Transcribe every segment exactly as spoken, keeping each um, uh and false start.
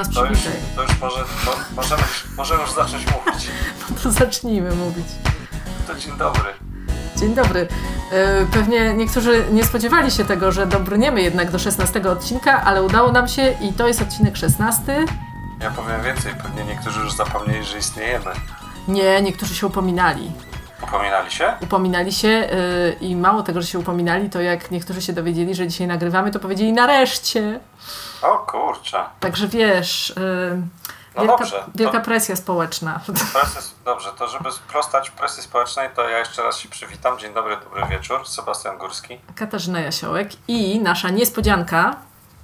nas to już, przywitaj. to już może, to możemy, możemy już zacząć mówić. No to zacznijmy mówić. To dzień dobry. Dzień dobry. Pewnie niektórzy nie spodziewali się tego, że dobrniemy jednak do szesnastego odcinka, ale udało nam się i to jest odcinek szesnasty. Ja powiem więcej, pewnie niektórzy już zapomnieli, że istniejemy. Nie, niektórzy się upominali. Upominali się? Upominali się yy, i mało tego, że się upominali, to jak niektórzy się dowiedzieli, że dzisiaj nagrywamy, to powiedzieli nareszcie. O kurczę. Także wiesz, yy, no wielka, dobrze, wielka to... presja społeczna. Presja, dobrze, to żeby sprostać presji społecznej, to ja jeszcze raz się przywitam. Dzień dobry, dobry wieczór. Sebastian Górski. Katarzyna Jasiołek i nasza niespodzianka.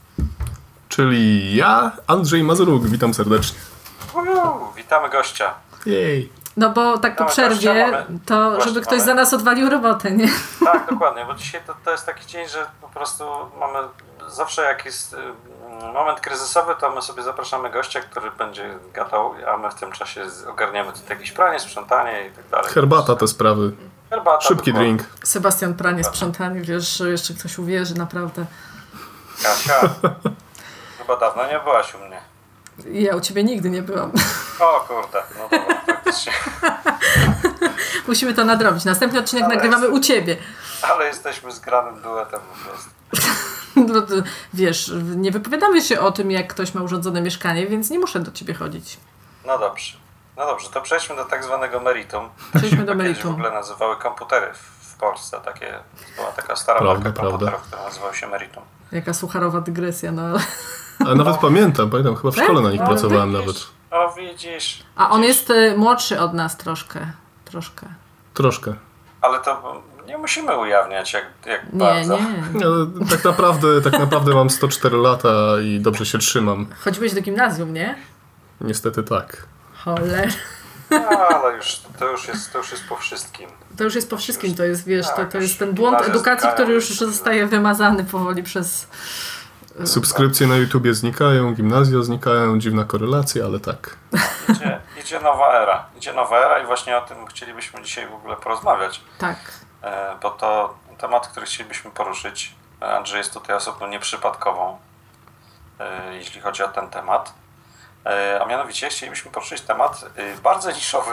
Czyli ja, Andrzej Mazuruk. Witam serdecznie. Uuu, witamy gościa. Jej. No bo tak po Mamy przerwie, gościa, mamy, to właśnie, żeby ktoś mamy. za nas odwalił robotę, nie? Tak, dokładnie, bo dzisiaj to, to jest taki dzień, że po prostu mamy, zawsze jak jest y, moment kryzysowy, to my sobie zapraszamy gościa, który będzie gadał, a my w tym czasie ogarniamy tutaj jakieś pranie, sprzątanie i tak dalej. Herbata, te sprawy. Herbata, Szybki dokładnie. drink. Sebastian, pranie, sprzątanie, wiesz, że jeszcze ktoś uwierzy, naprawdę. Kasia, chyba dawno nie byłaś u mnie. Ja u ciebie nigdy nie byłam. O kurde, no dobra, faktycznie. Musimy to nadrobić. Następny odcinek Ale nagrywamy jest... u ciebie. Ale jesteśmy zgranym duetem po prostu. No to, wiesz, nie wypowiadamy się o tym, jak ktoś ma urządzone mieszkanie, więc nie muszę do ciebie chodzić. No dobrze. No dobrze, to przejdźmy do tak zwanego meritum. Przejdźmy do Kiedyś meritum. w ogóle nazywały komputery w Polsce. Takie, była taka stara Prawda, marka prawda. komputerów, która nazywała się Meritum. Jaka sucharowa dygresja, no. Ale nawet pamiętam, pamiętam, chyba w Tak? szkole na nich No, pracowałem widzisz, nawet. O, widzisz. A on widzisz. jest y, młodszy od nas troszkę. Troszkę. Troszkę. Ale to nie musimy ujawniać, jak, jak Nie, bardzo. nie. Ale tak naprawdę, tak naprawdę mam sto cztery lata i dobrze się trzymam. Chodziłeś do gimnazjum, nie? Niestety tak. Cholera. No, ale już, to, już jest, to już jest po wszystkim. To już jest po wszystkim, to jest, wiesz, to, Tak, to już jest ten błąd gimnazja edukacji, znikają, który już już- zostaje wymazany powoli przez... Subskrypcje na YouTubie znikają, gimnazja znikają, dziwna korelacja, ale tak. Idzie, idzie nowa era. Idzie nowa era i właśnie o tym chcielibyśmy dzisiaj w ogóle porozmawiać. Tak. E, bo to temat, który chcielibyśmy poruszyć. Andrzej jest tutaj osobą nieprzypadkową, e, jeśli chodzi o ten temat. E, a mianowicie chcielibyśmy poruszyć temat e, bardzo niszowy.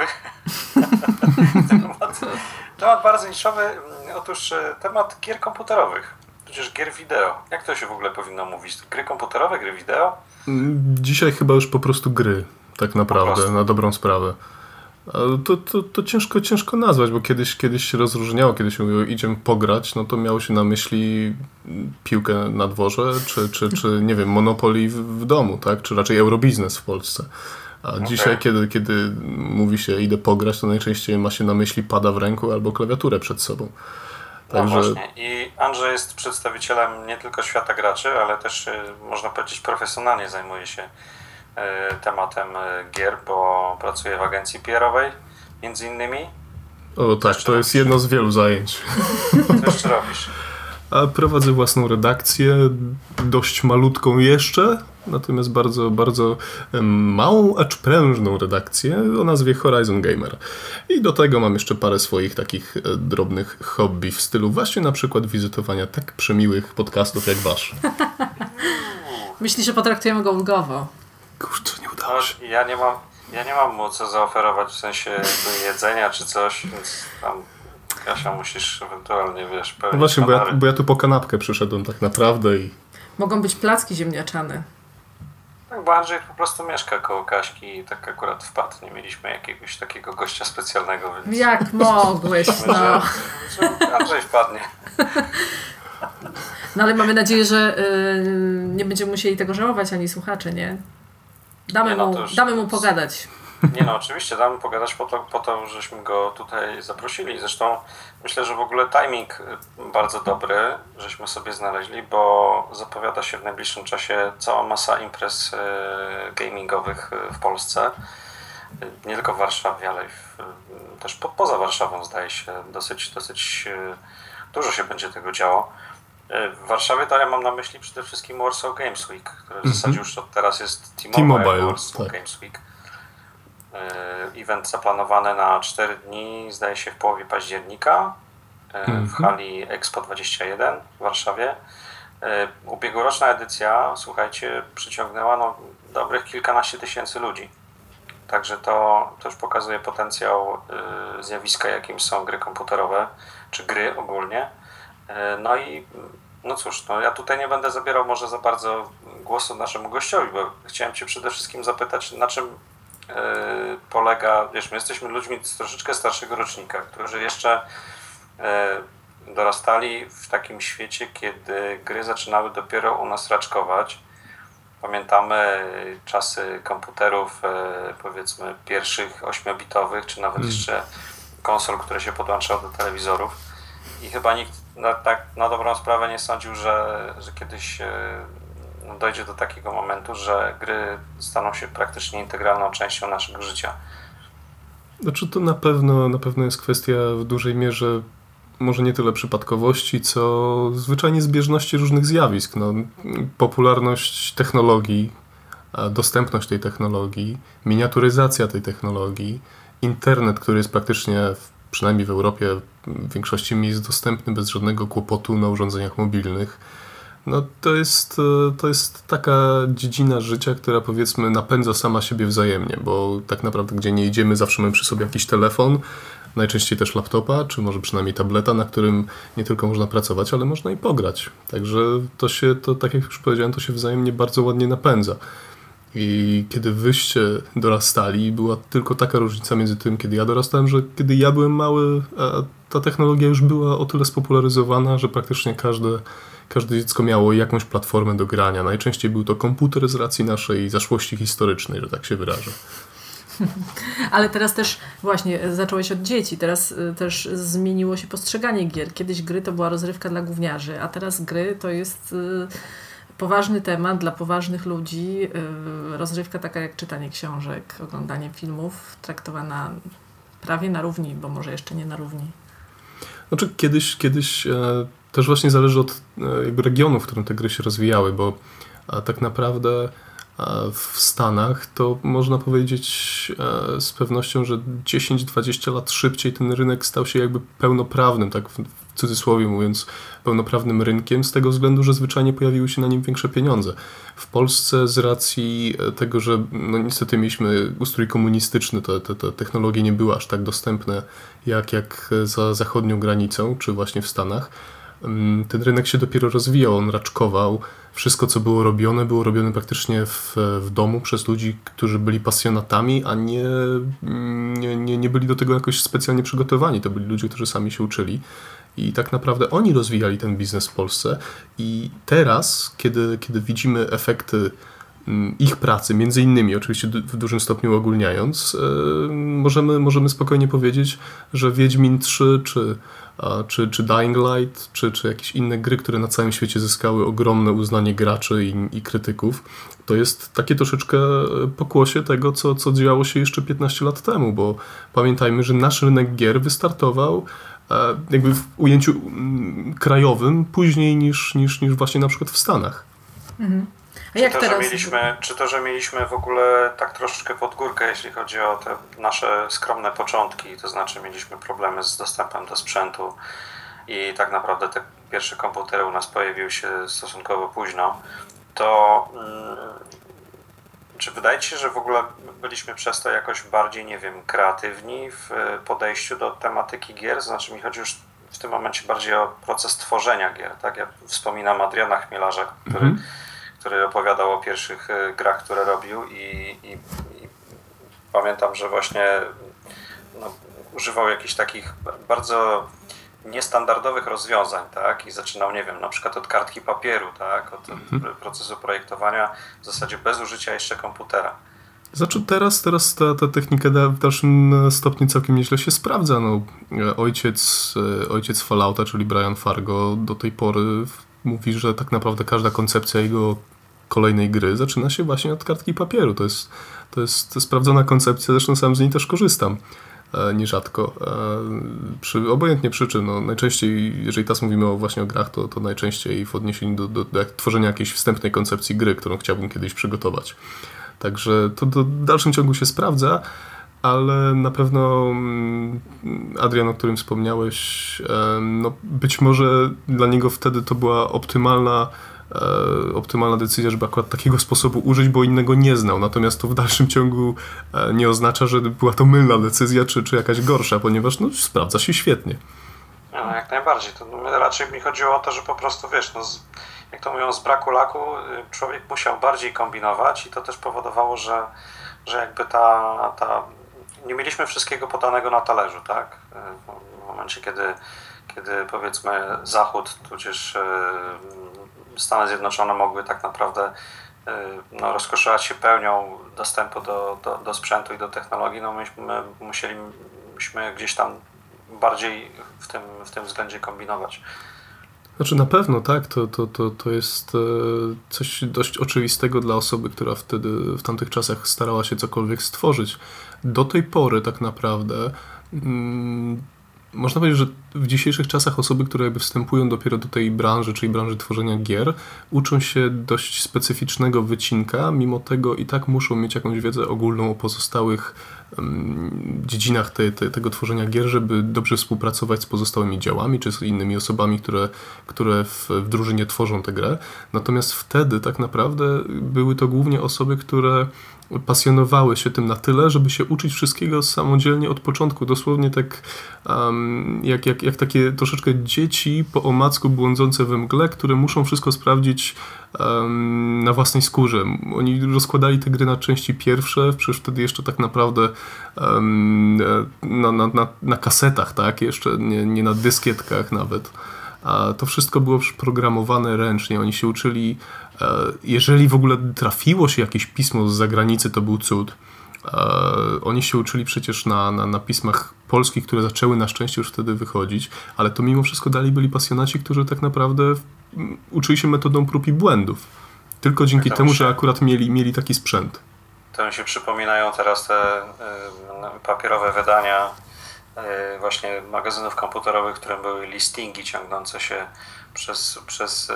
temat, temat bardzo niszowy. Otóż e, temat gier komputerowych. Przecież gier wideo. Jak to się w ogóle powinno mówić? Gry komputerowe, gry wideo? Dzisiaj chyba już po prostu gry, tak naprawdę, prostu. na dobrą sprawę. Ale to, to, to ciężko, ciężko nazwać, bo kiedyś, kiedyś się rozróżniało, kiedy się mówiło idziemy pograć, no to miało się na myśli piłkę na dworze, czy, czy, czy nie wiem, Monopoly w, w domu, tak? Czy raczej Eurobiznes w Polsce. A Okay. dzisiaj, kiedy, kiedy mówi się idę pograć, to najczęściej ma się na myśli pada w ręku albo klawiaturę przed sobą. No Także właśnie. I Andrzej jest przedstawicielem nie tylko świata graczy, ale też y, można powiedzieć profesjonalnie zajmuje się y, tematem y, gier, bo pracuje w agencji P R-owej między innymi. o tak, to jest jedno z wielu zajęć. Co jeszcze robisz? A prowadzę własną redakcję, dość malutką jeszcze, natomiast bardzo, bardzo em, małą, acz prężną redakcję o nazwie Horizon Gamer. I do tego mam jeszcze parę swoich takich e, drobnych hobby w stylu właśnie na przykład wizytowania tak przemiłych podcastów jak wasz. Myślisz, że potraktujemy go ulgowo. Kurczę, nie No, udało się. ja nie mam, ja nie mam mu co zaoferować w sensie jakby jedzenia czy coś, więc tam Kasia musisz ewentualnie, wiesz, No pełnić właśnie, bo ja, honory. bo ja tu po kanapkę przyszedłem tak naprawdę i Mogą być placki ziemniaczane. Tak, bo Andrzej po prostu mieszka koło Kaśki i tak akurat wpadł. Nie mieliśmy jakiegoś takiego gościa specjalnego, więc... Jak mogłeś, no. Że, że Andrzej wpadnie. No ale mamy nadzieję, że y, nie będziemy musieli tego żałować ani słuchacze, nie? Damy, Nie, no mu, to już- damy mu pogadać. Nie no, oczywiście damy pogadać po to, po to, żeśmy go tutaj zaprosili. Zresztą myślę, że w ogóle timing bardzo dobry, żeśmy sobie znaleźli, bo zapowiada się w najbliższym czasie cała masa imprez e, gamingowych w Polsce. Nie tylko w Warszawie, ale i w, też po, poza Warszawą zdaje się dosyć, dosyć e, dużo się będzie tego działo. E, W Warszawie to ja mam na myśli przede wszystkim Warsaw Games Week, które w Mhm. zasadzie już od teraz jest T-Mobile, T-Mobile, Warsaw tak. Games Week. Event zaplanowany na cztery dni, zdaje się w połowie października w Mhm. hali Expo dwadzieścia jeden w Warszawie. Ubiegłoroczna edycja, słuchajcie, przyciągnęła no, dobrych kilkanaście tysięcy ludzi. Także to, to już pokazuje potencjał y, zjawiska, jakim są gry komputerowe, czy gry ogólnie. Y, no i no cóż, no ja tutaj nie będę zabierał może za bardzo głosu naszemu gościowi, bo chciałem Cię przede wszystkim zapytać, na czym y, polega, wiesz, my jesteśmy ludźmi z troszeczkę starszego rocznika, którzy jeszcze y, dorastali w takim świecie, kiedy gry zaczynały dopiero u nas raczkować. Pamiętamy czasy komputerów, powiedzmy, pierwszych ośmiobitowych, czy nawet jeszcze konsol, które się podłączały do telewizorów. I chyba nikt na, tak na dobrą sprawę nie sądził, że, że kiedyś no, dojdzie do takiego momentu, że gry staną się praktycznie integralną częścią naszego życia. Znaczy to na pewno, na pewno jest kwestia w dużej mierze może nie tyle przypadkowości, co zwyczajnie zbieżności różnych zjawisk. No, popularność technologii, dostępność tej technologii, miniaturyzacja tej technologii, internet, który jest praktycznie, przynajmniej w Europie, w większości miejsc dostępny bez żadnego kłopotu na urządzeniach mobilnych. No to jest, to jest taka dziedzina życia, która powiedzmy napędza sama siebie wzajemnie, bo tak naprawdę gdzie nie idziemy, zawsze mamy przy sobie jakiś telefon, najczęściej też laptopa, czy może przynajmniej tableta, na którym nie tylko można pracować, ale można i pograć. Także to się, to tak jak już powiedziałem, to się wzajemnie bardzo ładnie napędza. I kiedy wyście dorastali, była tylko taka różnica między tym, kiedy ja dorastałem, że kiedy ja byłem mały, a ta technologia już była o tyle spopularyzowana, że praktycznie każde, każde dziecko miało jakąś platformę do grania. Najczęściej był to komputer z racji naszej zaszłości historycznej, że tak się wyrażę. Ale teraz też właśnie zacząłeś od dzieci, teraz też zmieniło się postrzeganie gier. Kiedyś gry to była rozrywka dla gówniarzy, a teraz gry to jest poważny temat dla poważnych ludzi. Rozrywka taka jak czytanie książek, oglądanie filmów, traktowana prawie na równi, bo może jeszcze nie na równi. Znaczy kiedyś, kiedyś e, też właśnie zależy od e, jakby regionu, w którym te gry się rozwijały, bo e, tak naprawdę w Stanach to można powiedzieć z pewnością, że dziesięć dwadzieścia lat szybciej ten rynek stał się jakby pełnoprawnym, tak w cudzysłowie mówiąc, pełnoprawnym rynkiem z tego względu, że zwyczajnie pojawiły się na nim większe pieniądze. W Polsce z racji tego, że no niestety mieliśmy ustrój komunistyczny, te, te, te technologie nie były aż tak dostępne jak, jak za zachodnią granicą, czy właśnie w Stanach. Ten rynek się dopiero rozwijał, on raczkował. Wszystko, co było robione, było robione praktycznie w, w domu przez ludzi, którzy byli pasjonatami, a nie, nie, nie, nie byli do tego jakoś specjalnie przygotowani. To byli ludzie, którzy sami się uczyli. I tak naprawdę oni rozwijali ten biznes w Polsce. I teraz, kiedy, kiedy widzimy efekty ich pracy, między innymi, oczywiście w dużym stopniu ogólniając, możemy, możemy spokojnie powiedzieć, że Wiedźmin trzy, czy, czy, czy Dying Light, czy, czy jakieś inne gry, które na całym świecie zyskały ogromne uznanie graczy i, i krytyków, to jest takie troszeczkę pokłosie tego, co, co działo się jeszcze piętnaście lat temu, bo pamiętajmy, że nasz rynek gier wystartował jakby w ujęciu krajowym później niż, niż, niż właśnie na przykład w Stanach. Mhm. Czy, jak to, teraz? Że mieliśmy, czy to, że mieliśmy w ogóle tak troszeczkę pod górkę, jeśli chodzi o te nasze skromne początki, to znaczy mieliśmy problemy z dostępem do sprzętu i tak naprawdę te pierwsze komputery u nas pojawiły się stosunkowo późno, to hmm, czy wydaje ci się, że w ogóle byliśmy przez to jakoś bardziej, nie wiem, kreatywni w podejściu do tematyki gier? Znaczy mi chodzi już w tym momencie bardziej o proces tworzenia gier, tak? Ja wspominam Adriana Chmielarza, który mm-hmm. który opowiadał o pierwszych grach, które robił i, i, i pamiętam, że właśnie no, używał jakichś takich bardzo niestandardowych rozwiązań, tak? I zaczynał, nie wiem, na przykład od kartki papieru, tak? Od mhm. procesu projektowania w zasadzie bez użycia jeszcze komputera. Znaczy teraz, teraz ta, ta technika w dalszym stopniu całkiem nieźle się sprawdza. No, ojciec, ojciec Fallouta, czyli Brian Fargo, do tej pory mówi, że tak naprawdę każda koncepcja jego kolejnej gry zaczyna się właśnie od kartki papieru. To jest, to jest sprawdzona koncepcja, zresztą sam z niej też korzystam e, nierzadko. E, przy, obojętnie przyczyn. No, najczęściej, jeżeli teraz mówimy o, właśnie o grach, to, to najczęściej w odniesieniu do, do, do tworzenia jakiejś wstępnej koncepcji gry, którą chciałbym kiedyś przygotować. Także to, to w dalszym ciągu się sprawdza, ale na pewno Adrian, o którym wspomniałeś, no być może dla niego wtedy to była optymalna e, optymalna decyzja, żeby akurat takiego sposobu użyć, bo innego nie znał. Natomiast to w dalszym ciągu e, nie oznacza, że była to mylna decyzja, czy, czy jakaś gorsza, ponieważ no, sprawdza się świetnie. No, jak najbardziej. To no, raczej mi chodziło o to, że po prostu, wiesz, no, z, jak to mówią, z braku laku człowiek musiał bardziej kombinować i to też powodowało, że, że jakby ta, ta... nie mieliśmy wszystkiego podanego na talerzu, tak? W momencie, kiedy, kiedy powiedzmy Zachód, tudzież Stany Zjednoczone mogły tak naprawdę no, rozkoszować się pełnią dostępu do, do, do sprzętu i do technologii, no myśmy musieliśmy gdzieś tam bardziej w tym, w tym względzie kombinować. Znaczy na pewno tak, to, to, to, to jest coś dość oczywistego dla osoby, która wtedy w tamtych czasach starała się cokolwiek stworzyć. Do tej pory tak naprawdę mm, można powiedzieć, że w dzisiejszych czasach osoby, które jakby wstępują dopiero do tej branży, czyli branży tworzenia gier, uczą się dość specyficznego wycinka, mimo tego i tak muszą mieć jakąś wiedzę ogólną o pozostałych um, dziedzinach te, te, tego tworzenia gier, żeby dobrze współpracować z pozostałymi działami, czy z innymi osobami, które, które w, w drużynie tworzą tę grę. Natomiast wtedy tak naprawdę były to głównie osoby, które pasjonowały się tym na tyle, żeby się uczyć wszystkiego samodzielnie od początku. Dosłownie tak um, jak, jak, jak takie troszeczkę dzieci po omacku błądzące we mgle, które muszą wszystko sprawdzić um, na własnej skórze. Oni rozkładali te gry na części pierwsze, przecież wtedy jeszcze tak naprawdę um, na, na, na, na kasetach, tak? Jeszcze nie, nie na dyskietkach nawet. A to wszystko było programowane ręcznie. Oni się uczyli, jeżeli w ogóle trafiło się jakieś pismo z zagranicy, to był cud. Oni się uczyli przecież na, na, na pismach polskich, które zaczęły na szczęście już wtedy wychodzić, ale to mimo wszystko dalej byli pasjonaci, którzy tak naprawdę uczyli się metodą prób i błędów. Tylko dzięki to temu, się, że akurat mieli, mieli taki sprzęt. To mi się przypominają teraz te y, papierowe wydania y, właśnie magazynów komputerowych, w którym były listingi ciągnące się przez, przez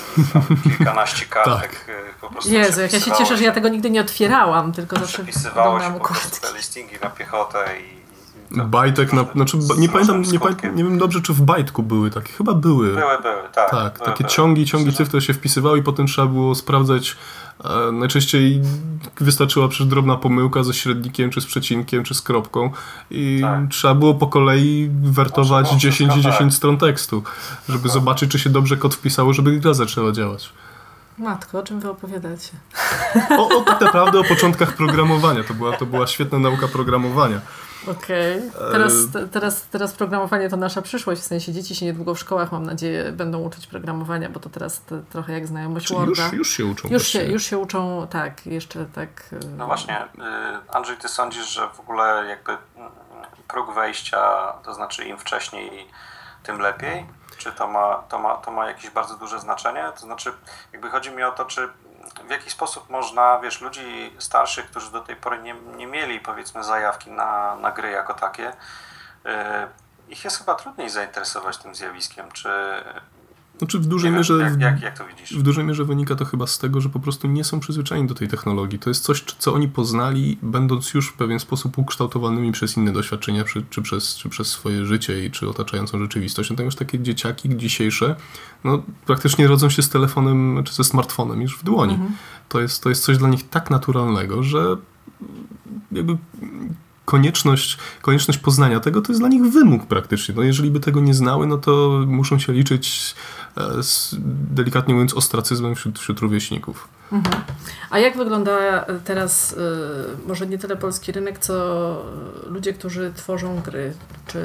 y, kilkanaście kartek. Tak. Y, po prostu Jezu, jak ja się cieszę, że ja tego nigdy nie otwierałam, tylko zawsze przepisywało się po prostu te listingi na piechotę i Bajtek, na, znaczy nie pamiętam, nie, pamiętam, nie wiem dobrze, czy w Bajtku były takie, chyba były. Były, były, tak. Tak, były, takie były. ciągi, ciągi cyfr, które się wpisywały i potem trzeba było sprawdzać, e, najczęściej wystarczyła przecież drobna pomyłka ze średnikiem, czy z przecinkiem, czy z kropką i tak. Trzeba było po kolei wertować Oczy, dziesięć i dziesięć stron tekstu, żeby tak. zobaczyć, czy się dobrze kod wpisało, żeby gra zaczęła działać. Matko, o czym wy opowiadacie? O, o tak naprawdę o początkach programowania, to była, to była świetna nauka programowania. Okej. Okay. Teraz, teraz, teraz programowanie to nasza przyszłość, w sensie dzieci się niedługo w szkołach, mam nadzieję, będą uczyć programowania, bo to teraz to trochę jak znajomość Czyli Worda. Już, już się uczą. Już się, już się uczą, tak, jeszcze tak. No właśnie, Andrzej, ty sądzisz, że w ogóle jakby próg wejścia, to znaczy im wcześniej, tym lepiej? Czy to ma, to ma, to ma jakieś bardzo duże znaczenie? To znaczy, jakby chodzi mi o to, czy w jaki sposób można, wiesz, ludzi starszych, którzy do tej pory nie, nie mieli, powiedzmy, zajawki na, na gry jako takie, yy, ich jest chyba trudniej zainteresować tym zjawiskiem, czy... Znaczy w dużej wiem, mierze, jak, jak, jak to widzisz? W dużej mierze wynika to chyba z tego, że po prostu nie są przyzwyczajeni do tej technologii. To jest coś, co oni poznali, będąc już w pewien sposób ukształtowanymi przez inne doświadczenia, czy, czy, przez, czy przez swoje życie i czy otaczającą rzeczywistość. Natomiast takie dzieciaki dzisiejsze, no praktycznie rodzą się z telefonem, czy ze smartfonem już w dłoni. Mhm. To jest, to jest coś dla nich tak naturalnego, że jakby... Konieczność, konieczność poznania tego to jest dla nich wymóg praktycznie. No jeżeli by tego nie znały, no to muszą się liczyć z, delikatnie mówiąc, ostracyzmem wśród, wśród rówieśników. Mhm. A jak wygląda teraz, może nie tyle polski rynek, co ludzie, którzy tworzą gry? Czy,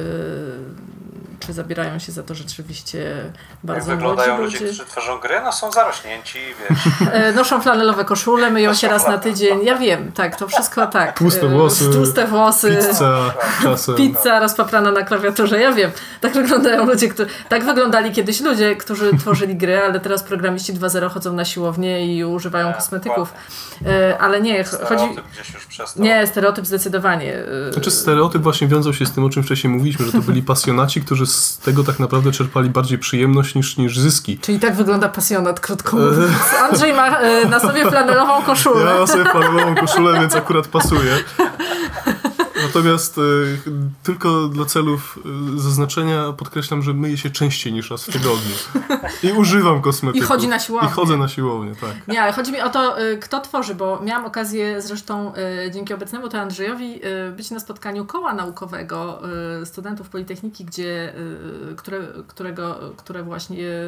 czy zabierają się za to rzeczywiście bardzo Jak wyglądają młodzi ludzie, ludzie? którzy tworzą gry? No są zarośnięci, wiesz. Noszą flanelowe koszule, myją się raz na tydzień. Ja wiem, tak, to wszystko tak. Tłuste włosy. Tłuste włosy. Pizza czasem. Pizza rozpaprana na klawiaturze, ja wiem. Tak wyglądają ludzie, którzy... Tak wyglądali kiedyś ludzie, którzy tworzyli gry, ale teraz programiści dwa zero chodzą na siłownię i używają nie, kosmetyków. Dokładnie. Ale nie, chodzi... Stereotyp gdzieś już przestał. Nie, stereotyp zdecydowanie. Znaczy stereotyp właśnie wiązał się z tym, o czym wcześniej mówiliśmy, że to byli pasjonaci, którzy z tego tak naprawdę czerpali bardziej przyjemność niż, niż zyski. Czyli tak wygląda pasjonat, krótko mówiąc. Andrzej ma na sobie flanelową koszulę. Ja mam sobie flanelową koszulę, więc akurat pasuje. Natomiast y, tylko dla celów y, zaznaczenia podkreślam, że myję się częściej niż raz w tygodniu. I używam kosmetyków. I chodzi na siłownię. I chodzę na siłownię, tak. Nie, ale chodzi mi o to, y, kto tworzy, bo miałam okazję zresztą y, dzięki obecnemu to Andrzejowi y, być na spotkaniu koła naukowego y, studentów Politechniki, gdzie, y, które, którego, które właśnie y,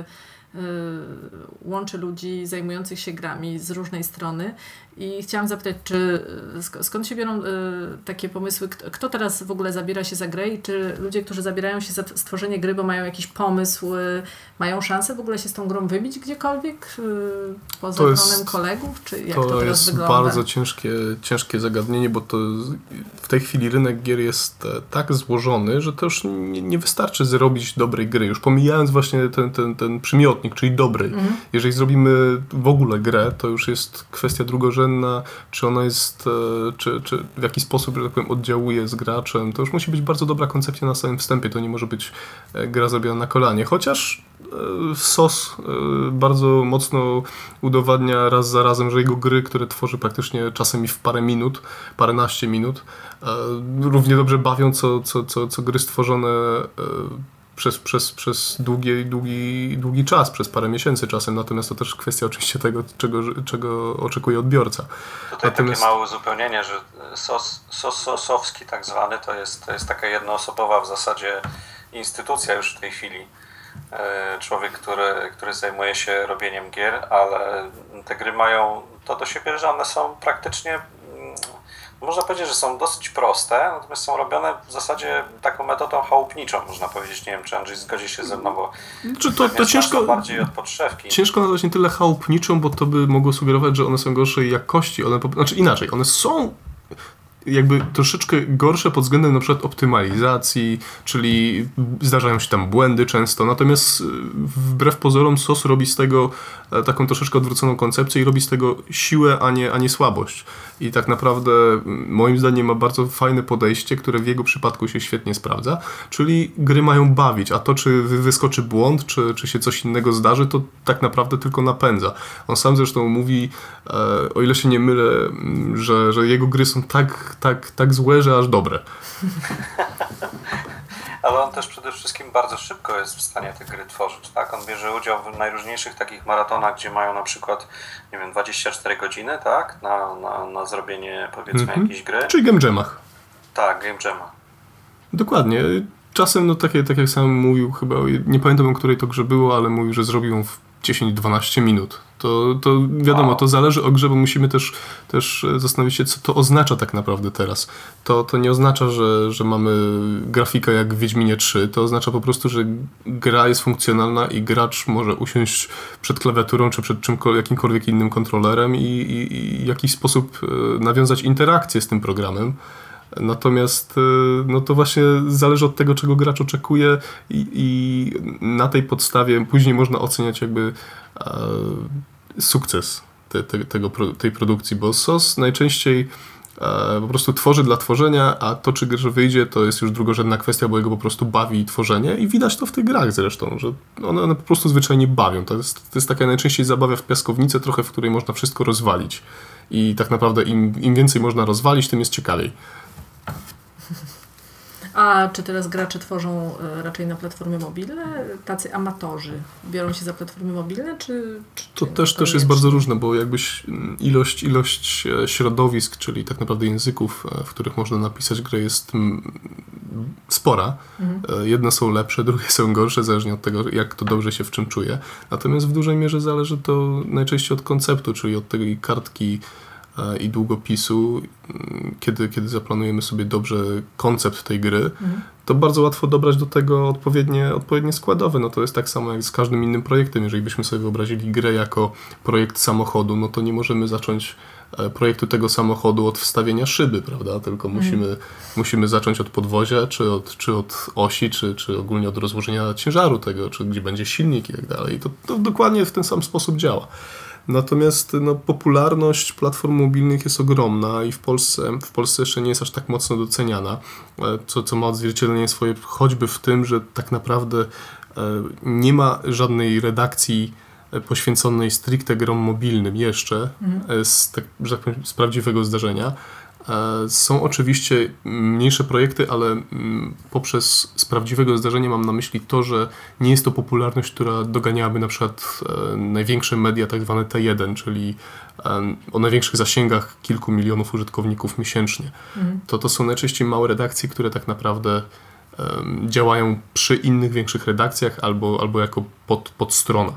łączy ludzi zajmujących się grami z różnej strony i chciałam zapytać, czy sk- skąd się biorą y, takie pomysły, kto, kto teraz w ogóle zabiera się za grę i czy ludzie, którzy zabierają się za t- stworzenie gry, bo mają jakiś pomysł, y, mają szansę w ogóle się z tą grą wybić gdziekolwiek y, poza gronem kolegów, czy jak to, to teraz jest wygląda? To jest bardzo ciężkie, ciężkie zagadnienie, bo to w tej chwili rynek gier jest tak złożony, że to już nie, nie wystarczy zrobić dobrej gry, już pomijając właśnie ten, ten, ten przymiotnik, czyli dobrej. Mhm. Jeżeli zrobimy w ogóle grę, to już jest kwestia drugorzędna, czy ona jest, czy, czy w jaki sposób, że tak powiem, oddziałuje z graczem. To już musi być bardzo dobra koncepcja na samym wstępie. To nie może być gra zrobiona na kolanie. Chociaż S O S bardzo mocno udowadnia raz za razem, że jego gry, które tworzy praktycznie czasem i w parę minut, paręnaście minut, równie dobrze bawią, co, co, co, co gry stworzone Przez, przez, przez długi, długi, długi czas, przez parę miesięcy czasem, natomiast to też kwestia oczywiście tego, czego, czego oczekuje odbiorca. Tutaj natomiast... takie małe uzupełnienie, że sos, sos, sosowski tak zwany to jest, to jest taka jednoosobowa w zasadzie instytucja już w tej chwili. Człowiek, który, który zajmuje się robieniem gier, ale te gry mają to do siebie, że one są praktycznie... Można powiedzieć, że są dosyć proste, natomiast są robione w zasadzie taką metodą chałupniczą, można powiedzieć. Nie wiem, czy Andrzej zgodzi się ze mną, bo czy to, to ciężko, bardziej od podszewki. Ciężko nazwać nie tyle chałupniczą, bo to by mogło sugerować, że one są gorszej jakości. One, znaczy inaczej, one są jakby troszeczkę gorsze pod względem na przykład optymalizacji, czyli zdarzają się tam błędy często, natomiast wbrew pozorom S O S robi z tego taką troszeczkę odwróconą koncepcję i robi z tego siłę, a nie, a nie słabość. I tak naprawdę moim zdaniem ma bardzo fajne podejście, które w jego przypadku się świetnie sprawdza, czyli gry mają bawić, a to czy wyskoczy błąd, czy, czy się coś innego zdarzy, to tak naprawdę tylko napędza. On sam zresztą mówi, o ile się nie mylę, że, że jego gry są tak, tak, tak złe, że aż dobre. Ale on też przede wszystkim bardzo szybko jest w stanie te gry tworzyć, tak? On bierze udział w najróżniejszych takich maratonach, gdzie mają na przykład, nie wiem, dwadzieścia cztery godziny, tak? Na, na, na zrobienie, powiedzmy, mm-hmm. jakiejś gry. Czyli game jamach. Tak, game jama. Dokładnie. Czasem, no takie, tak jak sam mówił, chyba, nie pamiętam o której to grze było, ale mówił, że zrobił ją w dziesięć dwanaście minut. To, to wiadomo, to zależy od grze, bo musimy też, też zastanowić się, co to oznacza tak naprawdę teraz. To, to nie oznacza, że, że mamy grafikę jak w Wiedźminie trzy. To oznacza po prostu, że gra jest funkcjonalna i gracz może usiąść przed klawiaturą czy przed czymkolwiek, jakimkolwiek innym kontrolerem i, i, i w jakiś sposób nawiązać interakcję z tym programem. Natomiast no to właśnie zależy od tego, czego gracz oczekuje i, i na tej podstawie później można oceniać jakby e, sukces te, te, tego, tej produkcji, bo S O S najczęściej e, po prostu tworzy dla tworzenia, a to, czy grze wyjdzie, to jest już drugorzędna kwestia, bo jego po prostu bawi tworzenie i widać to w tych grach zresztą, że one, one po prostu zwyczajnie bawią. To jest, to jest taka najczęściej zabawa w piaskownicę trochę, w której można wszystko rozwalić i tak naprawdę im, im więcej można rozwalić, tym jest ciekawiej. A czy teraz gracze tworzą raczej na platformy mobilne? Tacy amatorzy biorą się za platformy mobilne, czy... czy to też, też jest bardzo różne, bo jakbyś ilość, ilość środowisk, czyli tak naprawdę języków, w których można napisać grę, jest spora. Mhm. Jedne są lepsze, drugie są gorsze, zależnie od tego, jak to dobrze się w czym czuje. Natomiast w dużej mierze zależy to najczęściej od konceptu, czyli od tej kartki i długopisu, kiedy, kiedy zaplanujemy sobie dobrze koncept tej gry, mhm. to bardzo łatwo dobrać do tego odpowiednie, odpowiednie składowe. No to jest tak samo jak z każdym innym projektem. Jeżeli byśmy sobie wyobrazili grę jako projekt samochodu, no to nie możemy zacząć projektu tego samochodu od wstawienia szyby, prawda? Tylko mhm. musimy, musimy zacząć od podwozia, czy od, czy od osi, czy, czy ogólnie od rozłożenia ciężaru tego, czy gdzie będzie silnik i tak dalej. I to, to dokładnie w ten sam sposób działa. Natomiast no, popularność platform mobilnych jest ogromna i w Polsce, w Polsce jeszcze nie jest aż tak mocno doceniana, co, co ma odzwierciedlenie swoje choćby w tym, że tak naprawdę nie ma żadnej redakcji poświęconej stricte grom mobilnym jeszcze mhm. z, tak, że tak powiem, z prawdziwego zdarzenia. Są oczywiście mniejsze projekty, ale poprzez z prawdziwego zdarzenia mam na myśli to, że nie jest to popularność, która doganiałaby na przykład największe media, tak zwane T jeden, czyli o największych zasięgach kilku milionów użytkowników miesięcznie. Mhm. To, to są najczęściej małe redakcje, które tak naprawdę um, działają przy innych większych redakcjach albo, albo jako pod, podstrona.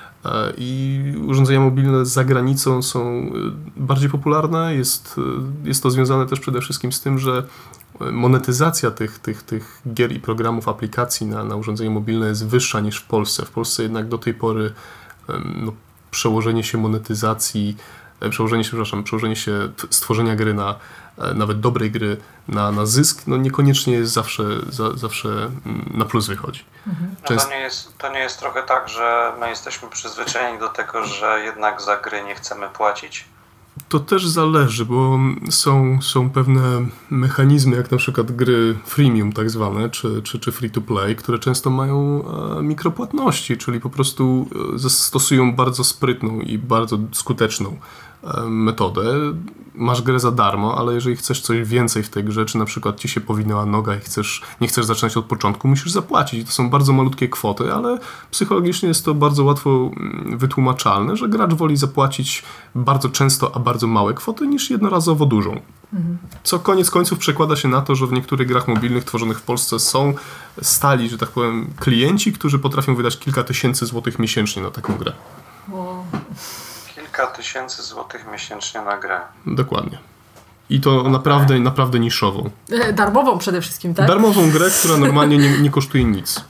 I urządzenia mobilne za granicą są bardziej popularne. Jest, jest to związane też przede wszystkim z tym, że monetyzacja tych, tych, tych gier i programów, aplikacji na, na urządzenie mobilne jest wyższa niż w Polsce. W Polsce jednak do tej pory no, przełożenie się monetyzacji, przełożenie się, przepraszam, przełożenie się stworzenia gry na, nawet dobrej gry na, na zysk, no niekoniecznie jest zawsze, za, zawsze na plus wychodzi. Mhm. Często... No to, nie jest, to nie jest trochę tak, że my jesteśmy przyzwyczajeni do tego, że jednak za gry nie chcemy płacić? To też zależy, bo są, są pewne mechanizmy, jak na przykład gry freemium tak zwane, czy, czy, czy free to play, które często mają e, mikropłatności, czyli po prostu stosują bardzo sprytną i bardzo skuteczną e, metodę. Masz grę za darmo, ale jeżeli chcesz coś więcej w tej grze, czy na przykład ci się powinęła noga i chcesz, nie chcesz zaczynać od początku, musisz zapłacić. To są bardzo malutkie kwoty, ale psychologicznie jest to bardzo łatwo wytłumaczalne, że gracz woli zapłacić bardzo często, a bardzo małe kwoty, niż jednorazowo dużą. Mhm. Co koniec końców przekłada się na to, że w niektórych grach mobilnych tworzonych w Polsce są stali, że tak powiem, klienci, którzy potrafią wydać kilka tysięcy złotych miesięcznie na taką grę. Wow. Kilka tysięcy złotych miesięcznie na grę. Dokładnie. I to okay. naprawdę, naprawdę niszową. Darmową przede wszystkim, tak? Darmową grę, która normalnie nie, nie kosztuje nic.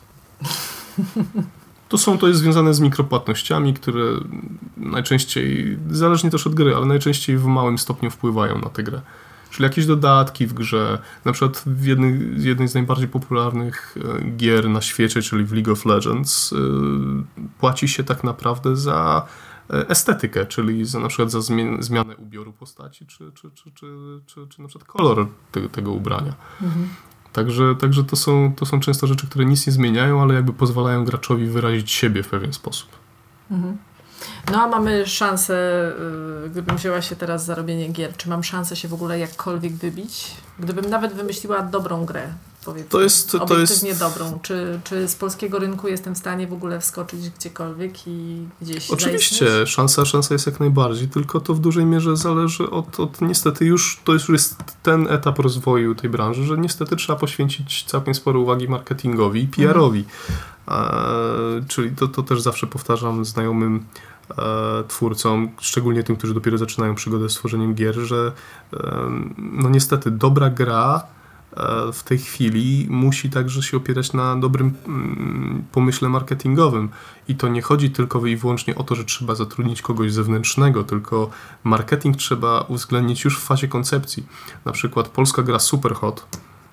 To, są, to jest związane z mikropłatnościami, które najczęściej, zależnie też od gry, ale najczęściej w małym stopniu wpływają na tę grę. Czyli jakieś dodatki w grze. Na przykład w jednej, jednej z najbardziej popularnych gier na świecie, czyli w League of Legends, yy, płaci się tak naprawdę za estetykę, czyli za, na przykład za zmian, zmianę ubioru postaci, czy, czy, czy, czy, czy, czy na przykład kolor te, tego ubrania. Mhm. Także, także to, są, to są często rzeczy, które nic nie zmieniają, ale jakby pozwalają graczowi wyrazić siebie w pewien sposób. Mhm. No a mamy szansę, gdybym wzięła się teraz za robienie gier, czy mam szansę się w ogóle jakkolwiek wybić? Gdybym nawet wymyśliła dobrą grę, powiedzmy, to jest, to obiektywnie jest... dobrą, czy, czy z polskiego rynku jestem w stanie w ogóle wskoczyć gdziekolwiek i gdzieś Oczywiście, zaistnieć? szansa, szansa jest jak najbardziej, tylko to w dużej mierze zależy od, od niestety już, to już jest ten etap rozwoju tej branży, że niestety trzeba poświęcić całkiem sporo uwagi marketingowi i P R owi. Mhm. E, czyli to, to też zawsze powtarzam znajomym e, twórcom, szczególnie tym, którzy dopiero zaczynają przygodę z tworzeniem gier, że e, no niestety dobra gra w tej chwili musi także się opierać na dobrym pomyśle marketingowym. I to nie chodzi tylko i wyłącznie o to, że trzeba zatrudnić kogoś zewnętrznego, tylko marketing trzeba uwzględnić już w fazie koncepcji. Na przykład polska gra Superhot.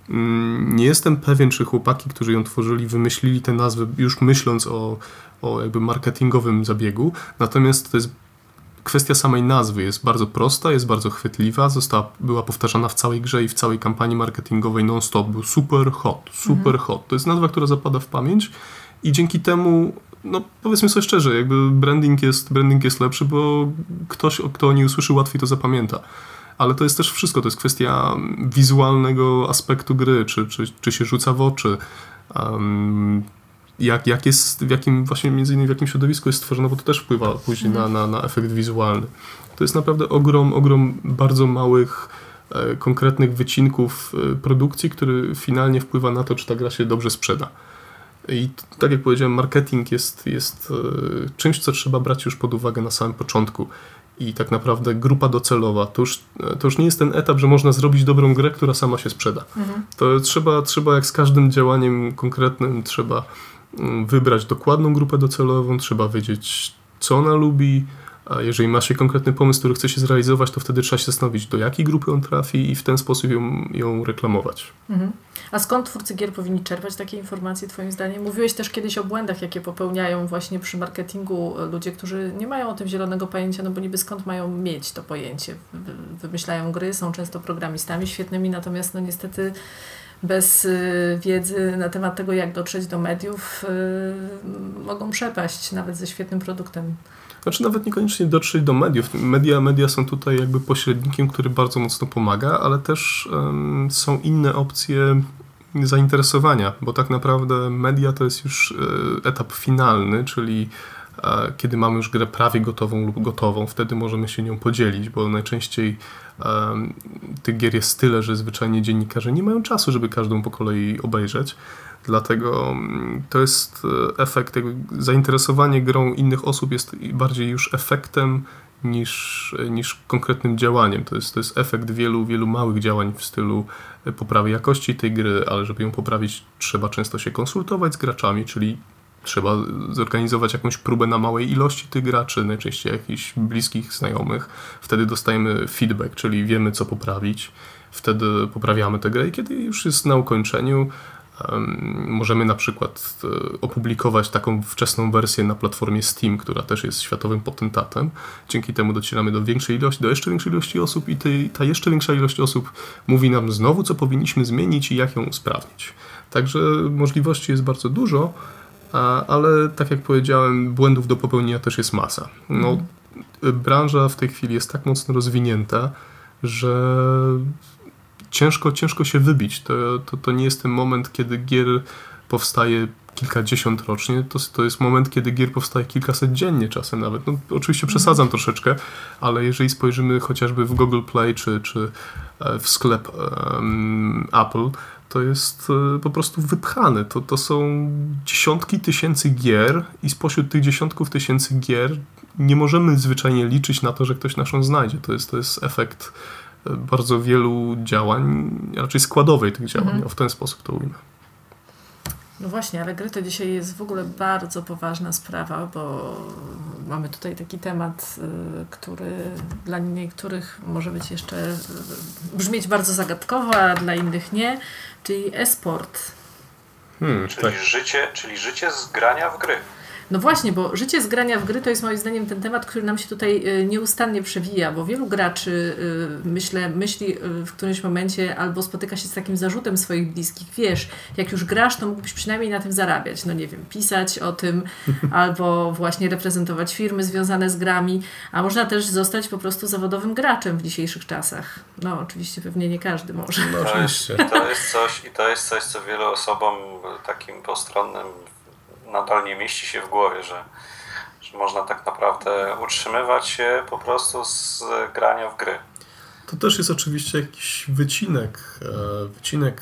Nie jestem pewien, czy chłopaki, którzy ją tworzyli, wymyślili tę nazwę już myśląc o, o jakby marketingowym zabiegu. Natomiast to jest kwestia samej nazwy jest bardzo prosta, jest bardzo chwytliwa, została, była powtarzana w całej grze i w całej kampanii marketingowej non-stop. Był super hot, super mhm. hot. To jest nazwa, która zapada w pamięć i dzięki temu, no powiedzmy sobie szczerze, jakby branding jest, branding jest lepszy, bo ktoś, kto o niej usłyszy, łatwiej to zapamięta. Ale to jest też wszystko, to jest kwestia wizualnego aspektu gry, czy, czy, czy się rzuca w oczy, um, Jak, jak jest, w jakim właśnie między innymi w jakim środowisku jest stworzone, bo to też wpływa później na, na, na efekt wizualny. To jest naprawdę ogrom, ogrom bardzo małych, e, konkretnych wycinków e, produkcji, który finalnie wpływa na to, czy ta gra się dobrze sprzeda. I t- tak jak powiedziałem, marketing jest, jest e, czymś, co trzeba brać już pod uwagę na samym początku. I tak naprawdę grupa docelowa, to już, to już nie jest ten etap, że można zrobić dobrą grę, która sama się sprzeda. Mhm. To trzeba, trzeba jak z każdym działaniem konkretnym, trzeba wybrać dokładną grupę docelową, trzeba wiedzieć, co ona lubi, a jeżeli ma się konkretny pomysł, który chce się zrealizować, to wtedy trzeba się zastanowić, do jakiej grupy on trafi i w ten sposób ją, ją reklamować. Mhm. A skąd twórcy gier powinni czerpać takie informacje, twoim zdaniem? Mówiłeś też kiedyś o błędach, jakie popełniają właśnie przy marketingu ludzie, którzy nie mają o tym zielonego pojęcia, no bo niby skąd mają mieć to pojęcie? Wymyślają gry, są często programistami świetnymi, natomiast no niestety bez y, wiedzy na temat tego, jak dotrzeć do mediów, y, mogą przepaść nawet ze świetnym produktem. Znaczy nawet niekoniecznie dotrzeć do mediów. Media, media są tutaj jakby pośrednikiem, który bardzo mocno pomaga, ale też um, są inne opcje zainteresowania, bo tak naprawdę media to jest już e, etap finalny, czyli e, kiedy mamy już grę prawie gotową lub gotową, wtedy możemy się nią podzielić, bo najczęściej e, tych gier jest tyle, że zwyczajnie dziennikarze nie mają czasu, żeby każdą po kolei obejrzeć. Dlatego to jest efekt, zainteresowanie grą innych osób jest bardziej już efektem niż, niż konkretnym działaniem. To jest, to jest efekt wielu, wielu małych działań w stylu poprawy jakości tej gry, ale żeby ją poprawić, trzeba często się konsultować z graczami, czyli trzeba zorganizować jakąś próbę na małej ilości tych graczy, najczęściej jakichś bliskich znajomych. Wtedy dostajemy feedback, czyli wiemy, co poprawić. Wtedy poprawiamy tę grę i kiedy już jest na ukończeniu, możemy na przykład opublikować taką wczesną wersję na platformie Steam, która też jest światowym potentatem. Dzięki temu docieramy do większej ilości, do jeszcze większej ilości osób i tej, ta jeszcze większa ilość osób mówi nam znowu, co powinniśmy zmienić i jak ją usprawnić. Także możliwości jest bardzo dużo, ale tak jak powiedziałem, błędów do popełnienia też jest masa. No, branża w tej chwili jest tak mocno rozwinięta, że Ciężko, ciężko się wybić. To, to, to nie jest ten moment, kiedy gier powstaje kilkadziesiąt rocznie. To, to jest moment, kiedy gier powstaje kilkaset dziennie czasem nawet. No, oczywiście przesadzam mm. troszeczkę, ale jeżeli spojrzymy chociażby w Google Play czy, czy w sklep um, Apple, to jest po prostu wypchane. To, to są dziesiątki tysięcy gier i spośród tych dziesiątków tysięcy gier nie możemy zwyczajnie liczyć na to, że ktoś naszą znajdzie. To jest, to jest efekt bardzo wielu działań, raczej składowej tych działań, mhm. w ten sposób to ujmę. No właśnie, ale gry to dzisiaj jest w ogóle bardzo poważna sprawa, bo mamy tutaj taki temat, który dla niektórych może być jeszcze brzmieć bardzo zagadkowo, a dla innych nie, czyli e-sport. Hmm, czyli, tak. życie, czyli życie z grania w gry. No właśnie, bo życie z grania w gry to jest moim zdaniem ten temat, który nam się tutaj nieustannie przewija, bo wielu graczy myślę, myśli w którymś momencie albo spotyka się z takim zarzutem swoich bliskich, wiesz, jak już grasz, to mógłbyś przynajmniej na tym zarabiać, no nie wiem, pisać o tym albo właśnie reprezentować firmy związane z grami, a można też zostać po prostu zawodowym graczem w dzisiejszych czasach. No oczywiście pewnie nie każdy może. No, to, jest, to jest coś i to jest coś, co wielu osobom takim postronnym nadal nie mieści się w głowie, że, że można tak naprawdę utrzymywać się po prostu z grania w gry. To też jest oczywiście jakiś wycinek, wycinek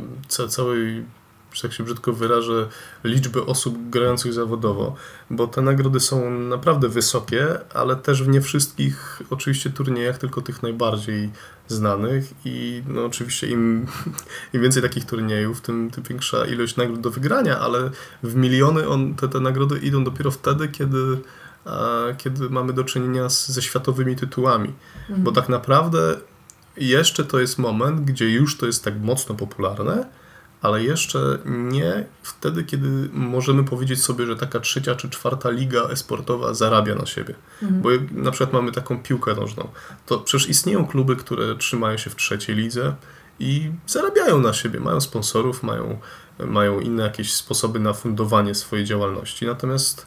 całej, że tak się brzydko wyrażę, liczby osób grających zawodowo, bo te nagrody są naprawdę wysokie, ale też w nie wszystkich oczywiście turniejach, tylko tych najbardziej znanych i no oczywiście im, im więcej takich turniejów, tym, tym większa ilość nagród do wygrania, ale w miliony on, te, te nagrody idą dopiero wtedy, kiedy, a, kiedy mamy do czynienia z, ze światowymi tytułami, mhm. bo tak naprawdę jeszcze to jest moment, gdzie już to jest tak mocno popularne, ale jeszcze nie wtedy, kiedy możemy powiedzieć sobie, że taka trzecia czy czwarta liga e-sportowa zarabia na siebie. Mhm. Bo na przykład mamy taką piłkę nożną. To przecież istnieją kluby, które trzymają się w trzeciej lidze i zarabiają na siebie. Mają sponsorów, mają, mają inne jakieś sposoby na fundowanie swojej działalności. Natomiast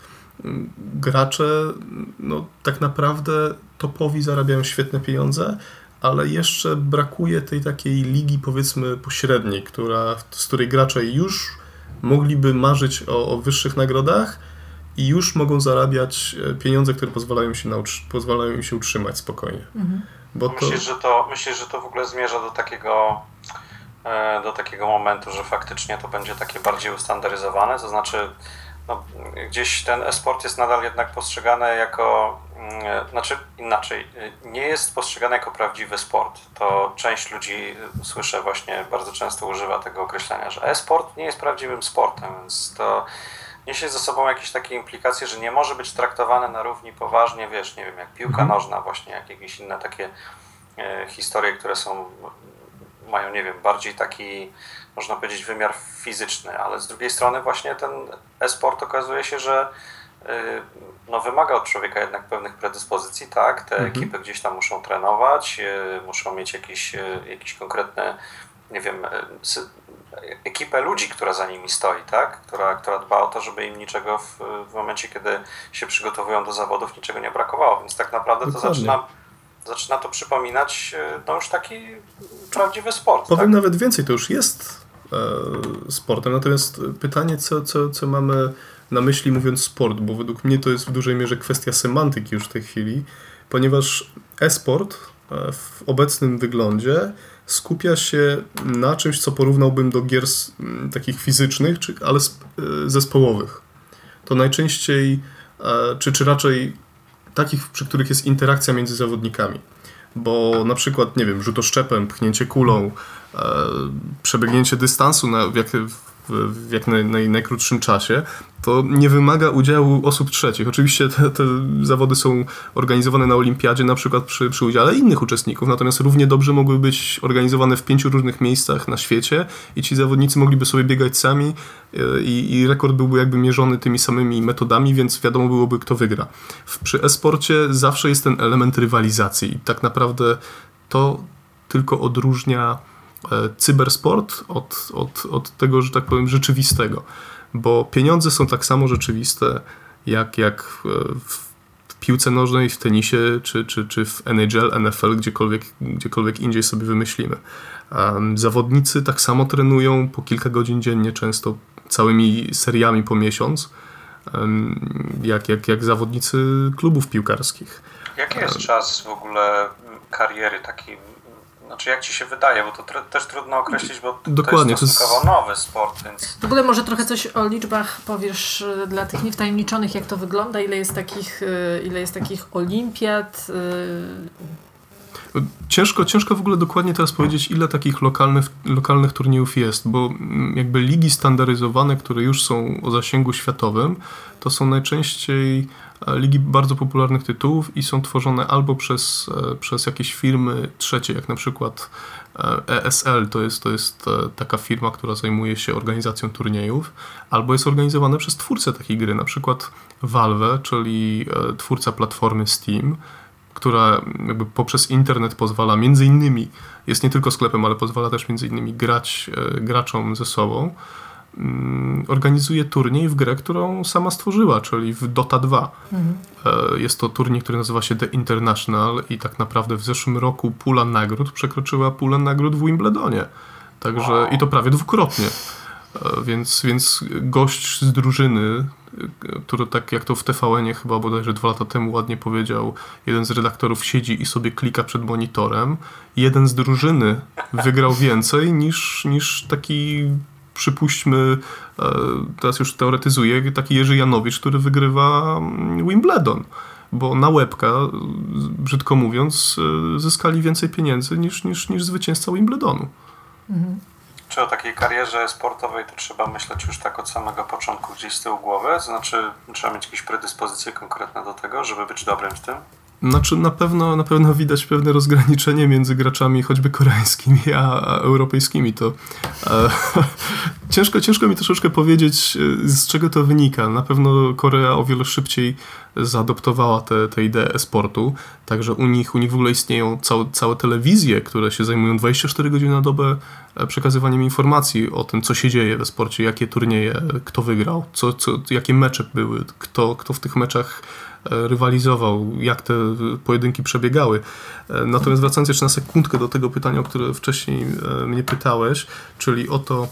gracze no, tak naprawdę topowi zarabiają świetne pieniądze, ale jeszcze brakuje tej takiej ligi, powiedzmy, pośredniej, która, z której gracze już mogliby marzyć o, o wyższych nagrodach i już mogą zarabiać pieniądze, które pozwalają, się na, pozwalają im się utrzymać spokojnie. Mhm. Bo to... Myślisz, że to, myślisz, że to w ogóle zmierza do takiego, do takiego momentu, że faktycznie to będzie takie bardziej ustandaryzowane? To znaczy, no, gdzieś ten e-sport jest nadal jednak postrzegany jako, znaczy inaczej, nie jest postrzegany jako prawdziwy sport. To część ludzi, słyszę właśnie, bardzo często używa tego określenia, że e-sport nie jest prawdziwym sportem, więc to niesie ze sobą jakieś takie implikacje, że nie może być traktowany na równi poważnie, wiesz, nie wiem, jak piłka mhm. nożna właśnie, jak jakieś inne takie e, historie, które są, mają, nie wiem, bardziej taki, można powiedzieć, wymiar fizyczny, ale z drugiej strony właśnie ten e-sport okazuje się, że no, wymaga od człowieka jednak pewnych predyspozycji, tak? Te mhm. ekipy gdzieś tam muszą trenować, muszą mieć jakieś, jakieś konkretne, nie wiem, ekipę ludzi, która za nimi stoi, tak? Która, która dba o to, żeby im niczego w, w momencie, kiedy się przygotowują do zawodów, niczego nie brakowało, więc tak naprawdę to zaczyna, zaczyna to przypominać no już taki prawdziwy sport. Powiem tak? nawet więcej, to już jest e, sportem, natomiast pytanie, co, co, co mamy na myśli mówiąc sport, bo według mnie to jest w dużej mierze kwestia semantyki już w tej chwili, ponieważ e-sport w obecnym wyglądzie skupia się na czymś, co porównałbym do gier m, takich fizycznych, czy, ale sp- zespołowych. To najczęściej, e, czy, czy raczej takich, przy których jest interakcja między zawodnikami. Bo na przykład, nie wiem, rzutoszczepem, pchnięcie kulą, e, przebiegnięcie dystansu na, w jak, w jak naj, naj, najkrótszym czasie, to nie wymaga udziału osób trzecich. Oczywiście te, te zawody są organizowane na olimpiadzie, na przykład przy, przy udziale innych uczestników, natomiast równie dobrze mogły być organizowane w pięciu różnych miejscach na świecie i ci zawodnicy mogliby sobie biegać sami i, i rekord byłby jakby mierzony tymi samymi metodami, więc wiadomo byłoby, kto wygra. W, przy e-sporcie zawsze jest ten element rywalizacji i tak naprawdę to tylko odróżnia cybersport od, od, od tego, że tak powiem, rzeczywistego. Bo pieniądze są tak samo rzeczywiste, jak, jak w piłce nożnej, w tenisie, czy, czy, czy w N H L, N F L, gdziekolwiek, gdziekolwiek indziej sobie wymyślimy. Um, zawodnicy tak samo trenują po kilka godzin dziennie, często całymi seriami po miesiąc, um, jak, jak, jak zawodnicy klubów piłkarskich. Jaki jest czas w ogóle kariery takiej? Znaczy jak ci się wydaje, bo to tr- też trudno określić, bo Dokładnie, to jest stosunkowo nowy sport, więc... W ogóle może trochę coś o liczbach powiesz dla tych niewtajemniczonych, jak to wygląda, ile jest takich, ile jest takich olimpiad? Ciężko, ciężko w ogóle dokładnie teraz powiedzieć, ile takich lokalnych, lokalnych turniejów jest, bo jakby ligi standaryzowane, które już są o zasięgu światowym, to są najczęściej ligi bardzo popularnych tytułów i są tworzone albo przez, przez jakieś firmy trzecie, jak na przykład E S L, to jest, to jest taka firma, która zajmuje się organizacją turniejów, albo jest organizowane przez twórcę takiej gry, na przykład Valve, czyli twórca platformy Steam, która jakby poprzez internet pozwala między innymi, jest nie tylko sklepem, ale pozwala też między innymi grać graczom ze sobą, organizuje turniej w grę, którą sama stworzyła, czyli w Dota dwa. Mhm. Jest to turniej, który nazywa się The International i tak naprawdę w zeszłym roku pula nagród przekroczyła pulę nagród w Wimbledonie. Także wow. I to prawie dwukrotnie. Więc, więc gość z drużyny, który tak jak to w T V N-ie chyba bodajże dwa lata temu ładnie powiedział, jeden z redaktorów siedzi i sobie klika przed monitorem. Jeden z drużyny wygrał więcej niż, niż taki, przypuśćmy, teraz już teoretyzuję, taki Jerzy Janowicz, który wygrywa Wimbledon. Bo na łebka, brzydko mówiąc, zyskali więcej pieniędzy niż, niż, niż zwycięzca Wimbledonu. Mhm. Czy o takiej karierze sportowej to trzeba myśleć już tak od samego początku gdzieś z tyłu głowy? To znaczy trzeba mieć jakieś predyspozycje konkretne do tego, żeby być dobrym w tym? Znaczy na pewno, na pewno widać pewne rozgraniczenie między graczami choćby koreańskimi a, a europejskimi. To e, ciężko, ciężko mi troszeczkę powiedzieć, z czego to wynika. Na pewno Korea o wiele szybciej zaadoptowała te, te idee e-sportu, także u nich, u nich w ogóle istnieją całe, całe telewizje, które się zajmują dwadzieścia cztery godziny na dobę przekazywaniem informacji o tym, co się dzieje we sporcie, jakie turnieje, kto wygrał, co, co, jakie mecze były, kto, kto w tych meczach rywalizował, jak te pojedynki przebiegały. Natomiast wracając jeszcze na sekundkę do tego pytania, o które wcześniej mnie pytałeś, czyli o to,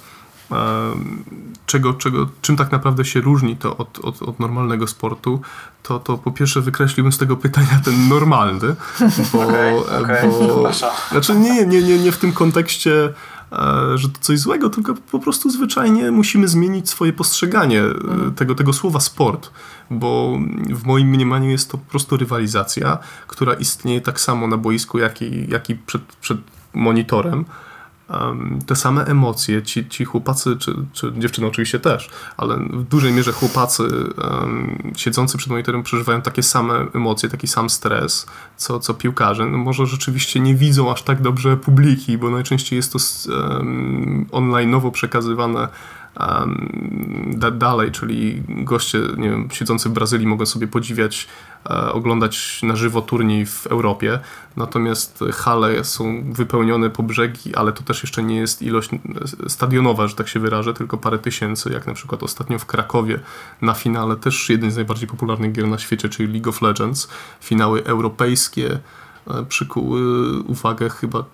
czego, czego, czym tak naprawdę się różni to od, od, od normalnego sportu, to, to po pierwsze wykreśliłbym z tego pytania ten normalny, bo, okay, okay. bo znaczy nie, nie, nie, nie w tym kontekście, że to coś złego, tylko po prostu zwyczajnie musimy zmienić swoje postrzeganie mm. tego, tego słowa sport, bo w moim mniemaniu jest to po prostu rywalizacja, która istnieje tak samo na boisku, jak i, jak i przed, przed monitorem. Um, te same emocje, ci, ci chłopacy, czy, czy dziewczyny oczywiście też, ale w dużej mierze chłopacy um, siedzący przed monitorem przeżywają takie same emocje, taki sam stres, co, co piłkarze. No może rzeczywiście nie widzą aż tak dobrze publiki, bo najczęściej jest to um, online'owo przekazywane um, da, dalej, czyli goście, nie wiem, siedzący w Brazylii mogą sobie podziwiać, e, oglądać na żywo turniej w Europie, natomiast hale są wypełnione po brzegi, ale to też jeszcze nie jest ilość stadionowa, że tak się wyrażę, tylko parę tysięcy, jak na przykład ostatnio w Krakowie na finale też jeden z najbardziej popularnych gier na świecie, czyli League of Legends, finały europejskie e, przykuły uwagę chyba,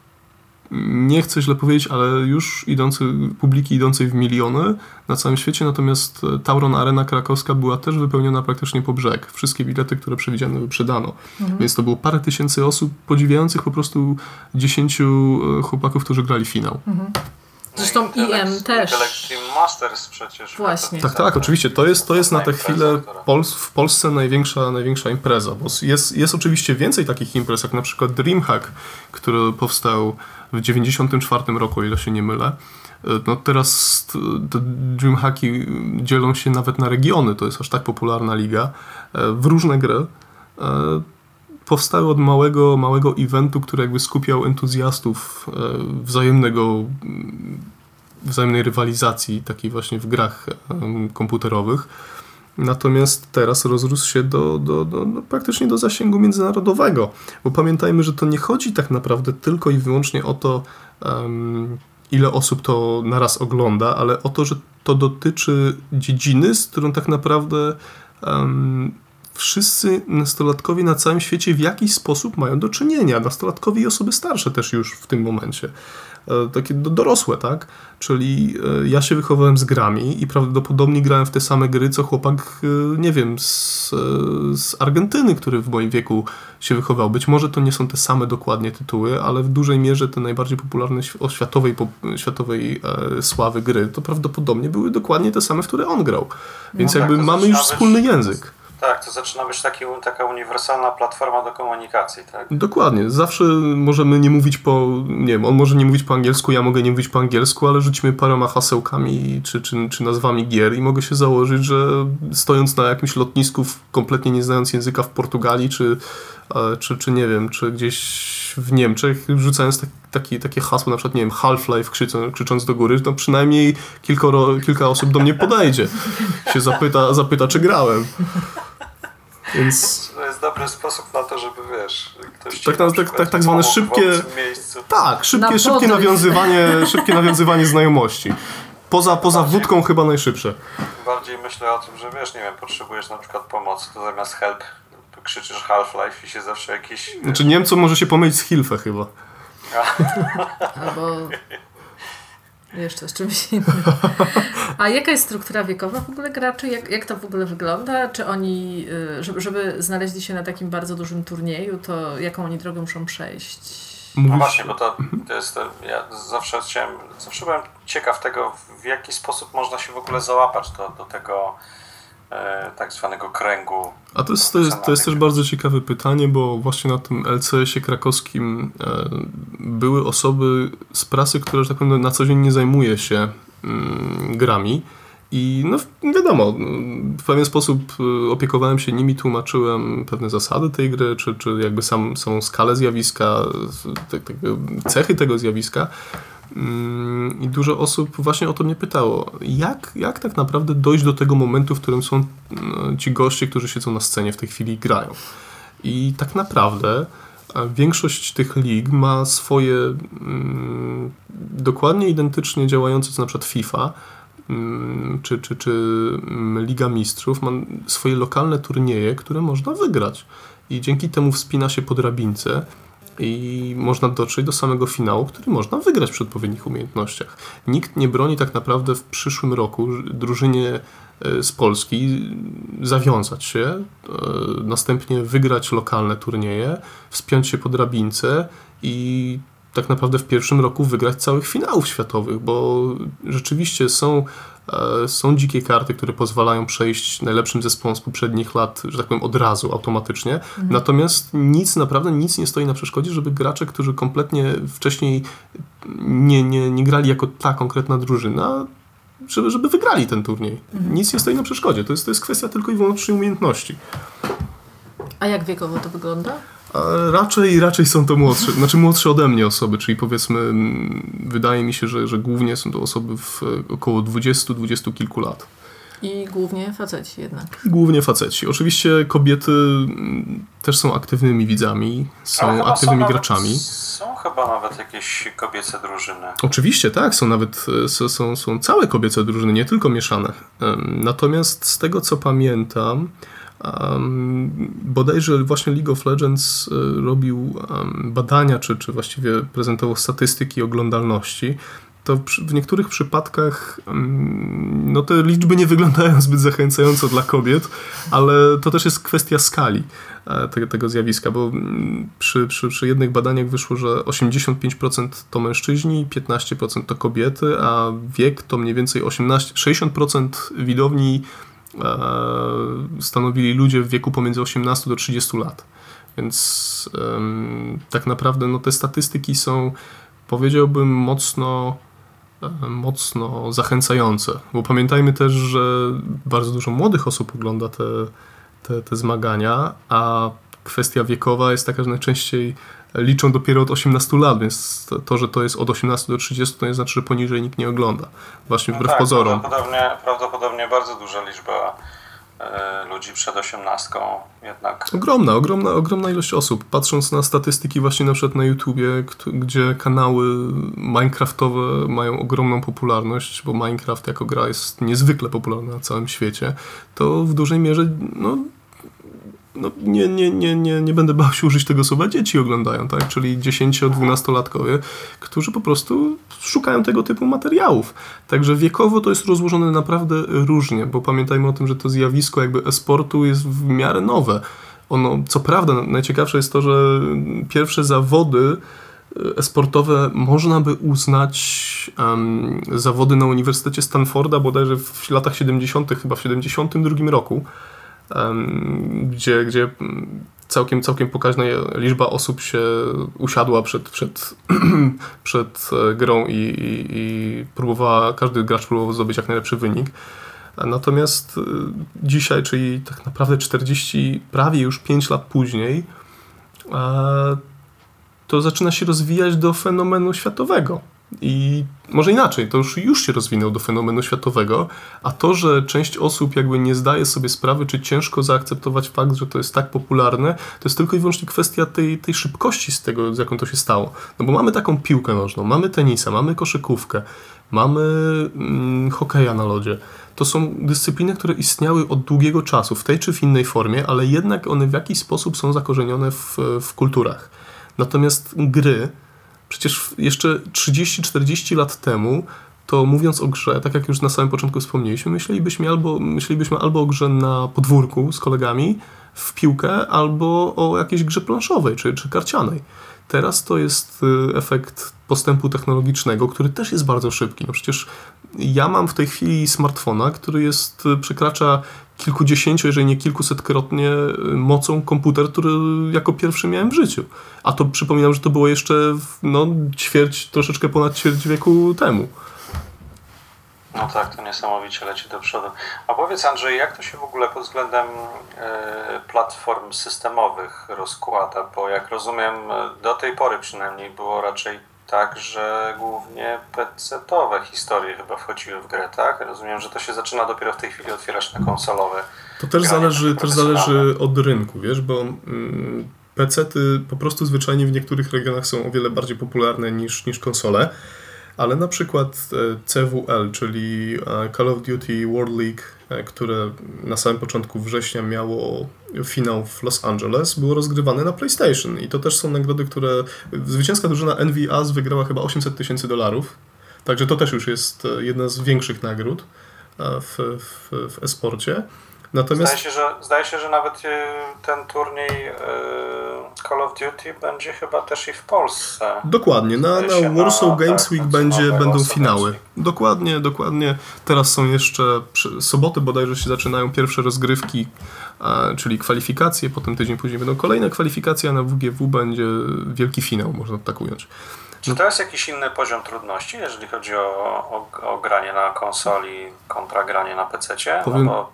nie chcę źle powiedzieć, ale już idący, publiki idącej w miliony na całym świecie, natomiast Tauron Arena krakowska była też wypełniona praktycznie po brzeg. Wszystkie bilety, które przewidziane, wyprzedano. Mhm. Więc to było parę tysięcy osób podziwiających po prostu dziesięciu chłopaków, którzy grali finał. Mhm. Zresztą I M też. Extreme Masters przecież. Właśnie. Tak, tak, oczywiście. To jest, to jest na tę chwilę Pol- w Polsce największa, największa impreza, bo jest, jest oczywiście więcej takich imprez, jak na przykład DreamHack, który powstał w dziewięćdziesiątym czwartym roku, o ile się nie mylę. No teraz te DreamHacki dzielą się nawet na regiony, to jest aż tak popularna liga, w różne gry. Powstały od małego, małego eventu, który jakby skupiał entuzjastów wzajemnego, wzajemnej rywalizacji, takiej właśnie w grach komputerowych. Natomiast teraz rozrósł się do, do, do, do praktycznie do zasięgu międzynarodowego. Bo pamiętajmy, że to nie chodzi tak naprawdę tylko i wyłącznie o to, um, ile osób to naraz ogląda, ale o to, że to dotyczy dziedziny, z którą tak naprawdę um, wszyscy nastolatkowie na całym świecie w jakiś sposób mają do czynienia. Nastolatkowie i osoby starsze też już w tym momencie. Takie dorosłe, tak? Czyli ja się wychowałem z grami i prawdopodobnie grałem w te same gry, co chłopak, nie wiem, z, z Argentyny, który w moim wieku się wychował. Być może to nie są te same dokładnie tytuły, ale w dużej mierze te najbardziej popularne o światowej, światowej e, sławy gry to prawdopodobnie były dokładnie te same, w które on grał. Więc no jakby tak, mamy już wspólny język. Tak, to zaczyna być taki, taka uniwersalna platforma do komunikacji, tak? Dokładnie. Zawsze możemy nie mówić po, nie wiem, on może nie mówić po angielsku, ja mogę nie mówić po angielsku, ale rzucimy paroma hasełkami czy, czy, czy nazwami gier i mogę się założyć, że stojąc na jakimś lotnisku, kompletnie nie znając języka w Portugalii, czy, czy, czy nie wiem, czy gdzieś w Niemczech, rzucając tak, taki, takie hasło, na przykład, nie wiem, Half-Life krzycząc, krzycząc do góry, to przynajmniej kilkoro, kilka osób do mnie podejdzie. Się zapyta, zapyta czy grałem. Więc... To jest dobry sposób na to, żeby, wiesz, ktoś tak, tak, tak, tak, tak zwane szybkie... Tak, szybkie, Na szybkie, nawiązywanie, szybkie nawiązywanie znajomości. Poza, poza bardziej, wódką chyba najszybsze. Bardziej myślę o tym, że wiesz, nie wiem, potrzebujesz na przykład pomocy, to zamiast help krzyczysz Half-Life i się zawsze jakiś... Znaczy Niemcom może się pomylić z Hilfe chyba. Albo... Jeszcze z czymś innym. A jaka jest struktura wiekowa w ogóle graczy? Jak, jak to w ogóle wygląda? Czy oni, żeby, żeby znaleźli się na takim bardzo dużym turnieju, to jaką oni drogę muszą przejść? No właśnie, bo to, to jest... Ja zawsze chciałem... Zawsze byłem ciekaw tego, w jaki sposób można się w ogóle załapać do, do tego e, tak zwanego kręgu. A to jest, to, jest, to jest też bardzo ciekawe pytanie, bo właśnie na tym L C S-ie krakowskim e, były osoby z prasy, które, że tak powiem, na co dzień nie zajmuje się mm, grami. I no wiadomo, w pewien sposób opiekowałem się nimi, tłumaczyłem pewne zasady tej gry, czy, czy jakby sam, samą skalę zjawiska, te, te, cechy tego zjawiska. I dużo osób właśnie o to mnie pytało, jak, jak tak naprawdę dojść do tego momentu, w którym są ci goście, którzy siedzą na scenie w tej chwili i grają. I tak naprawdę większość tych lig ma swoje mm, dokładnie identycznie działające, co na przykład FIFA, Czy, czy, czy Liga Mistrzów ma swoje lokalne turnieje, które można wygrać. I dzięki temu wspina się po drabince i można dotrzeć do samego finału, który można wygrać przy odpowiednich umiejętnościach. Nikt nie broni tak naprawdę w przyszłym roku drużynie z Polski zawiązać się, następnie wygrać lokalne turnieje, wspiąć się po drabince i tak naprawdę w pierwszym roku wygrać całych finałów światowych, bo rzeczywiście są, e, są dzikie karty, które pozwalają przejść najlepszym zespołom z poprzednich lat, że tak powiem, od razu, automatycznie. Mhm. Natomiast nic, naprawdę nic nie stoi na przeszkodzie, żeby gracze, którzy kompletnie wcześniej nie, nie, nie grali jako ta konkretna drużyna, żeby, żeby wygrali ten turniej. Mhm. Nic nie stoi na przeszkodzie. To jest, to jest kwestia tylko i wyłącznie umiejętności. A jak wiekowo to wygląda? A raczej, raczej są to młodsze, znaczy młodsze ode mnie osoby, czyli powiedzmy, wydaje mi się, że, że głównie są to osoby w około dwudziestu, dwudziestu kilku lat. I głównie faceci jednak. I głównie faceci. Oczywiście kobiety też są aktywnymi widzami, są aktywnymi są graczami. Nawet, są chyba nawet jakieś kobiece drużyny. Oczywiście, tak. Są nawet są, są całe kobiece drużyny, nie tylko mieszane. Natomiast z tego, co pamiętam, Um, bodajże właśnie League of Legends y, robił um, badania, czy, czy właściwie prezentował statystyki oglądalności, to przy, w niektórych przypadkach um, no te liczby nie wyglądają zbyt zachęcająco dla kobiet, ale to też jest kwestia skali e, te, tego zjawiska, bo m, przy, przy, przy jednych badaniach wyszło, że osiemdziesiąt pięć procent to mężczyźni, piętnaście procent to kobiety, a wiek to mniej więcej osiemnaście, sześćdziesiąt procent widowni stanowili ludzie w wieku pomiędzy osiemnastu do trzydziestu lat. Więc um, tak naprawdę no, te statystyki są, powiedziałbym, mocno, mocno zachęcające. Bo pamiętajmy też, że bardzo dużo młodych osób ogląda te, te, te zmagania, a kwestia wiekowa jest taka, że najczęściej liczą dopiero od osiemnastu lat, więc to, to, że to jest od osiemnastu do trzydziestu, to nie znaczy, że poniżej nikt nie ogląda. Właśnie wbrew no tak, pozorom. Prawdopodobnie, prawdopodobnie bardzo duża liczba y, ludzi przed osiemnastką jednak. Ogromna, ogromna, ogromna ilość osób. Patrząc na statystyki właśnie na przykład na YouTubie, k- gdzie kanały minecraftowe mają ogromną popularność, bo Minecraft jako gra jest niezwykle popularna na całym świecie, to w dużej mierze no, No, nie, nie, nie, nie, nie będę bał się użyć tego słowa, dzieci oglądają, tak? Czyli dziesięcio-dwunastolatkowie, którzy po prostu szukają tego typu materiałów. Także wiekowo to jest rozłożone naprawdę różnie, bo pamiętajmy o tym, że to zjawisko jakby e-sportu jest w miarę nowe. Ono, co prawda, najciekawsze jest to, że pierwsze zawody e-sportowe można by uznać um, zawody na Uniwersytecie Stanforda bodajże w latach siedemdziesiątych, chyba w siedemdziesiątym drugim roku, Gdzie, gdzie całkiem, całkiem pokaźna liczba osób się usiadła przed, przed, przed grą i, i, i próbowała, każdy gracz próbował zdobyć jak najlepszy wynik. Natomiast dzisiaj, czyli tak naprawdę czterdzieści, prawie już pięć lat później, to zaczyna się rozwijać do fenomenu światowego. I może inaczej, to już, już się rozwinął do fenomenu światowego, a to, że część osób jakby nie zdaje sobie sprawy, czy ciężko zaakceptować fakt, że to jest tak popularne, to jest tylko i wyłącznie kwestia tej, tej szybkości z tego, z jaką to się stało. No bo mamy taką piłkę nożną, mamy tenisa, mamy koszykówkę, mamy mm, hokeja na lodzie. To są dyscypliny, które istniały od długiego czasu, w tej czy w innej formie, ale jednak one w jakiś sposób są zakorzenione w, w kulturach. Natomiast gry, przecież jeszcze trzydzieści czterdzieści lat temu, to mówiąc o grze, tak jak już na samym początku wspomnieliśmy, myślelibyśmy albo, myślelibyśmy albo o grze na podwórku z kolegami, w piłkę, albo o jakiejś grze planszowej czy, czy karcianej. Teraz to jest efekt postępu technologicznego, który też jest bardzo szybki. No przecież ja mam w tej chwili smartfona, który jest, przekracza kilkudziesięciu, jeżeli nie kilkusetkrotnie mocą komputer, który jako pierwszy miałem w życiu. A to przypominam, że to było jeszcze no, ćwierć, troszeczkę ponad ćwierć wieku temu. No tak, to niesamowicie leci do przodu. A powiedz, Andrzej, jak to się w ogóle pod względem y, platform systemowych rozkłada? Bo jak rozumiem, do tej pory przynajmniej było raczej tak, że głównie pecetowe historie chyba wchodziły w grę, tak? Rozumiem, że to się zaczyna dopiero w tej chwili otwierać na konsolowe. To też zależy, też zależy od rynku, wiesz, bo mm, pecety po prostu zwyczajnie w niektórych regionach są o wiele bardziej popularne niż, niż konsole. Ale na przykład C W L, czyli Call of Duty World League, które na samym początku września miało finał w Los Angeles, było rozgrywane na PlayStation. I to też są nagrody, które... Zwycięska drużyna N V A wygrała chyba osiemset tysięcy dolarów. Także to też już jest jedna z większych nagród w, w, w e-sporcie. Natomiast... Zdaje się, że, zdaje się, że nawet ten turniej Call of Duty będzie chyba też i w Polsce. Dokładnie, na, na Warsaw Games tak, Week będzie, będą Warsaw finały. Dokładnie, dokładnie. Teraz są jeszcze przy soboty bodajże się zaczynają pierwsze rozgrywki, a, czyli kwalifikacje, potem tydzień później będą kolejne kwalifikacje, a na W G W będzie wielki finał, można tak ująć. Czy to jest jakiś inny poziom trudności, jeżeli chodzi o, o, o granie na konsoli kontra granie na pececie? Powiem... No bo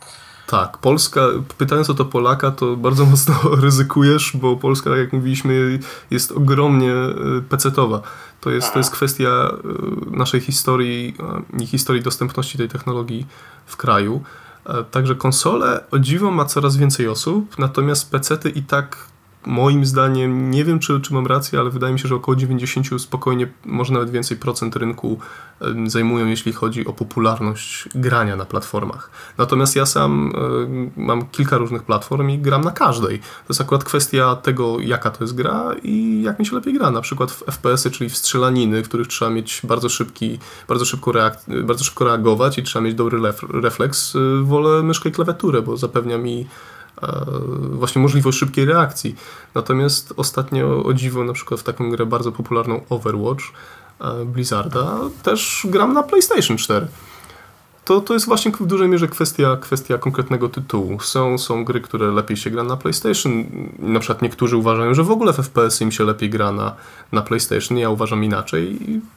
Tak, Polska, pytając o to Polaka, to bardzo mocno ryzykujesz, bo Polska, tak jak mówiliśmy, jest ogromnie pecetowa. To jest, to jest kwestia naszej historii i historii dostępności tej technologii w kraju. Także konsole, o dziwo, ma coraz więcej osób, natomiast pecety i tak, moim zdaniem, nie wiem czy, czy mam rację, ale wydaje mi się, że około dziewięćdziesiąt spokojnie, może nawet więcej procent rynku zajmują, jeśli chodzi o popularność grania na platformach. Natomiast ja sam y, mam kilka różnych platform i gram na każdej. To jest akurat kwestia tego, jaka to jest gra i jak mi się lepiej gra. Na przykład w F P S y, czyli w strzelaniny, w których trzeba mieć bardzo szybki, bardzo szybko, reak- bardzo szybko reagować i trzeba mieć dobry lef- refleks, y, wolę myszkę i klawiaturę, bo zapewnia mi właśnie możliwość szybkiej reakcji. Natomiast ostatnio, o dziwo, na przykład w taką grę bardzo popularną Overwatch Blizzarda też gram na PlayStation cztery. To, to jest właśnie w dużej mierze kwestia, kwestia konkretnego tytułu. Są, są gry, które lepiej się gra na PlayStation. Na przykład niektórzy uważają, że w ogóle w F P S im się lepiej gra na, na PlayStation. Ja uważam inaczej. I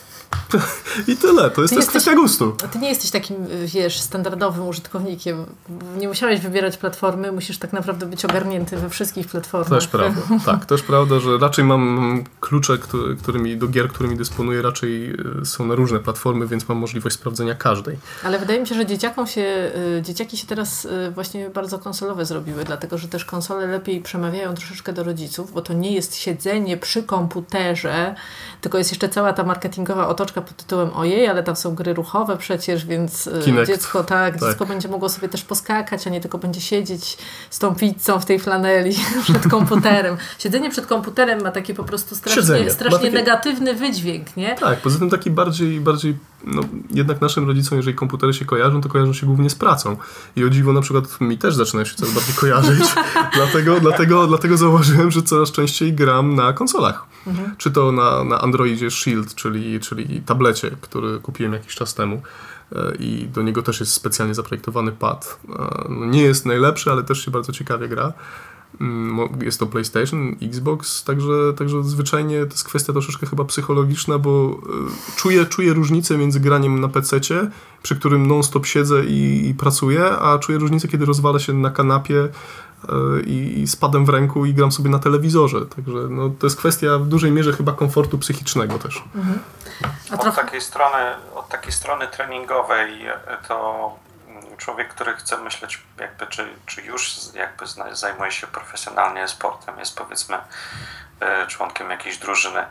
I tyle, to jest też kwestia gustu. Ty nie jesteś takim, wiesz, standardowym użytkownikiem. Nie musiałeś wybierać platformy, musisz tak naprawdę być ogarnięty we wszystkich platformach. Też prawda, tak, też prawda, że raczej mam klucze, którymi, do gier, którymi dysponuję, raczej są na różne platformy, więc mam możliwość sprawdzenia każdej. Ale wydaje mi się, że dzieciakom się, dzieciaki się teraz właśnie bardzo konsolowe zrobiły, dlatego, że też konsole lepiej przemawiają troszeczkę do rodziców, bo to nie jest siedzenie przy komputerze, tylko jest jeszcze cała ta marketingowa otoczka pod tytułem ojej, ale tam są gry ruchowe przecież, więc Kinect. dziecko tak, tak, dziecko będzie mogło sobie też poskakać, a nie tylko będzie siedzieć z tą pizzą w tej flaneli przed komputerem. Siedzenie przed komputerem ma taki po prostu strasznie, strasznie taki negatywny wydźwięk, nie? Tak, poza tym taki bardziej, bardziej no, jednak naszym rodzicom, jeżeli komputery się kojarzą, to kojarzą się głównie z pracą. I o dziwo na przykład mi też zaczynają się coraz bardziej kojarzyć. dlatego, dlatego, dlatego zauważyłem, że coraz częściej gram na konsolach. Mhm. Czy to na, na Androidzie Shield, czyli, czyli tablecie, który kupiłem jakiś czas temu i do niego też jest specjalnie zaprojektowany pad. No, nie jest najlepszy, ale też się bardzo ciekawie gra. Jest to PlayStation, Xbox, także, także zwyczajnie to jest kwestia troszeczkę chyba psychologiczna, bo czuję, czuję różnicę między graniem na pececie, przy którym non-stop siedzę i, i pracuję, a czuję różnicę, kiedy rozwalę się na kanapie i, i z padem w ręku i gram sobie na telewizorze. Także no, to jest kwestia w dużej mierze chyba komfortu psychicznego też. Mhm. A od, takiej strony, od takiej strony treningowej to człowiek, który chce myśleć jakby, czy, czy już jakby zajmuje się profesjonalnie sportem, jest powiedzmy członkiem jakiejś drużyny.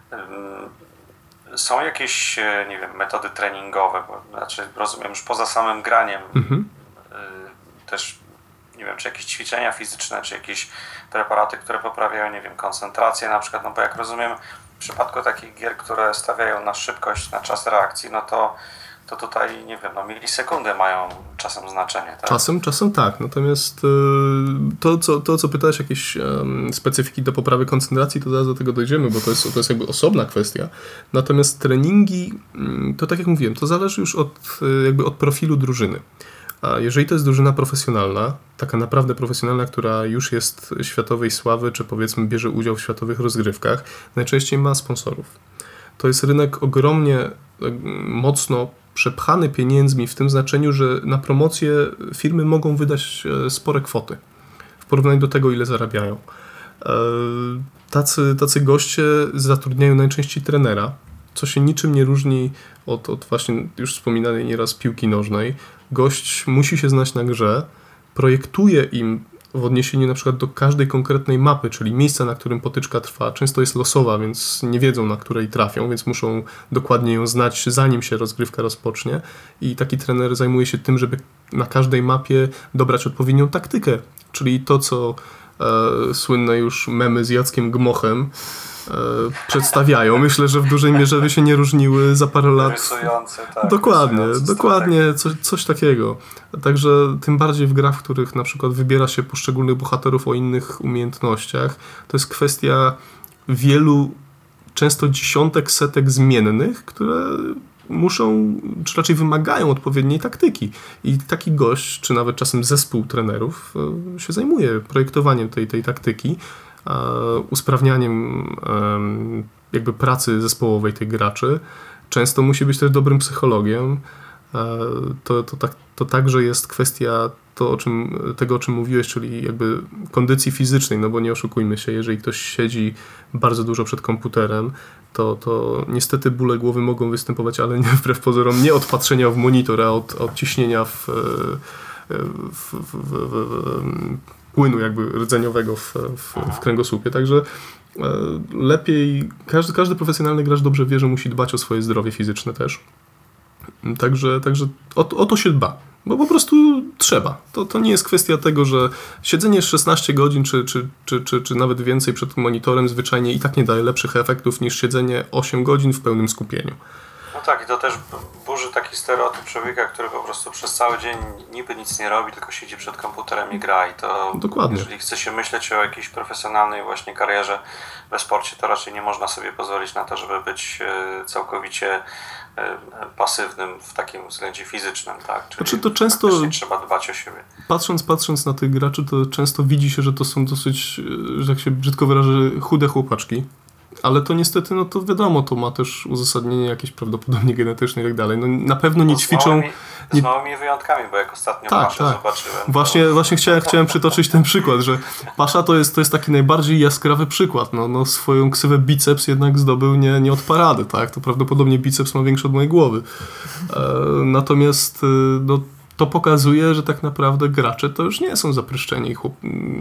Są jakieś, nie wiem, metody treningowe, bo, znaczy rozumiem już poza samym graniem mhm. też, nie wiem, czy jakieś ćwiczenia fizyczne, czy jakieś preparaty, które poprawiają, nie wiem, koncentrację na przykład, no bo jak rozumiem, w przypadku takich gier, które stawiają na szybkość, na czas reakcji, no to to tutaj, nie wiem, no milisekundy mają czasem znaczenie. Tak? Czasem, czasem tak. Natomiast to, co, to, co pytałeś, jakieś um, specyfiki do poprawy koncentracji, to zaraz do tego dojdziemy, bo to jest, to jest jakby osobna kwestia. Natomiast treningi, to tak jak mówiłem, to zależy już od, jakby od profilu drużyny. A jeżeli to jest drużyna profesjonalna, taka naprawdę profesjonalna, która już jest światowej sławy, czy powiedzmy bierze udział w światowych rozgrywkach, najczęściej ma sponsorów. To jest rynek ogromnie mocno przepchany pieniędzmi w tym znaczeniu, że na promocję firmy mogą wydać spore kwoty w porównaniu do tego, ile zarabiają. Tacy, tacy goście zatrudniają najczęściej trenera, co się niczym nie różni od, od właśnie już wspominanej nieraz piłki nożnej. Gość musi się znać na grze, projektuje im w odniesieniu na przykład do każdej konkretnej mapy, czyli miejsca, na którym potyczka trwa, często jest losowa, więc nie wiedzą, na której trafią, więc muszą dokładnie ją znać, zanim się rozgrywka rozpocznie. I taki trener zajmuje się tym, żeby na każdej mapie dobrać odpowiednią taktykę, czyli to, co e, słynne już memy z Jackiem Gmochem e, przedstawiają. Myślę, że w dużej mierze by się nie różniły za parę lat. Rysujący, tak. Dokładnie, dokładnie coś, coś takiego. Także tym bardziej w grach, w których na przykład wybiera się poszczególnych bohaterów o innych umiejętnościach, to jest kwestia wielu, często dziesiątek, setek zmiennych, które muszą, czy raczej wymagają odpowiedniej taktyki. I taki gość, czy nawet czasem zespół trenerów się zajmuje projektowaniem tej, tej taktyki, usprawnianiem jakby pracy zespołowej tych graczy. Często musi być też dobrym psychologiem. To, to, tak, to także jest kwestia to o czym, tego, o czym mówiłeś, czyli jakby kondycji fizycznej, no bo nie oszukujmy się, jeżeli ktoś siedzi bardzo dużo przed komputerem, to, to niestety bóle głowy mogą występować, ale nie, wbrew pozorom nie od patrzenia w monitor, a od, od ciśnienia w, w, w, w, w płynu jakby rdzeniowego w, w, w kręgosłupie. Także lepiej, każdy, każdy profesjonalny gracz dobrze wie, że musi dbać o swoje zdrowie fizyczne też. Także, także o, o to się dba. Bo po prostu trzeba. To, to nie jest kwestia tego, że siedzenie szesnaście godzin czy, czy, czy, czy, czy nawet więcej przed monitorem zwyczajnie i tak nie daje lepszych efektów niż siedzenie osiem godzin w pełnym skupieniu. No tak, i to też burzy taki stereotyp człowieka, który po prostu przez cały dzień niby nic nie robi, tylko siedzi przed komputerem i gra. I to Dokładnie. Jeżeli chce się myśleć o jakiejś profesjonalnej właśnie karierze we sporcie, to raczej nie można sobie pozwolić na to, żeby być całkowicie pasywnym w takim względzie fizycznym, tak? Czyli znaczy to często trzeba dbać o siebie. Patrząc, patrząc na tych graczy, to często widzi się, że to są dosyć, że jak się brzydko wyrażę, chude chłopaczki. Ale to niestety, no to wiadomo, to ma też uzasadnienie jakieś prawdopodobnie genetyczne i tak dalej. No na pewno nie no, ćwiczą... Z małymi, nie... z małymi wyjątkami, bo jak ostatnio tak, Paszę tak. zobaczyłem... Właśnie, to... właśnie chciałem, chciałem przytoczyć ten przykład, że Pasza to jest, to jest taki najbardziej jaskrawy przykład. No, no swoją ksywę biceps jednak zdobył nie, nie od parady, tak? To prawdopodobnie biceps ma większy od mojej głowy. E, natomiast no, to pokazuje, że tak naprawdę gracze to już nie są zapryszczeni chłop...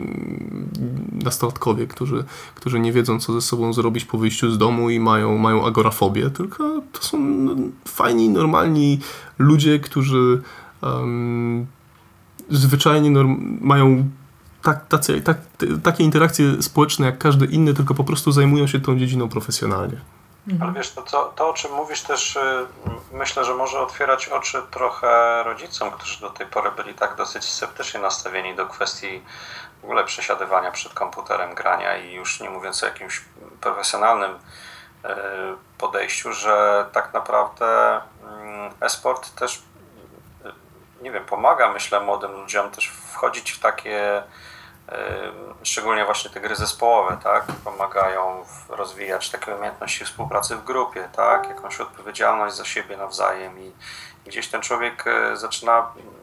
nastolatkowie, którzy, którzy nie wiedzą, co ze sobą zrobić po wyjściu z domu i mają, mają agorafobię, tylko to są fajni, normalni ludzie, którzy um, zwyczajnie norm... mają tak, tacy, tak, takie interakcje społeczne jak każdy inny, tylko po prostu zajmują się tą dziedziną profesjonalnie. Ale wiesz, to, to, to o czym mówisz też yy, myślę, że może otwierać oczy trochę rodzicom, którzy do tej pory byli tak dosyć sceptycznie nastawieni do kwestii w ogóle przesiadywania przed komputerem, grania i już nie mówiąc o jakimś profesjonalnym yy, podejściu, że tak naprawdę yy, e-sport też yy, nie wiem, pomaga, myślę, młodym ludziom też wchodzić w takie szczególnie właśnie te gry zespołowe, tak? Pomagają rozwijać takie umiejętności współpracy w grupie, tak? Jakąś odpowiedzialność za siebie nawzajem i gdzieś ten człowiek zaczyna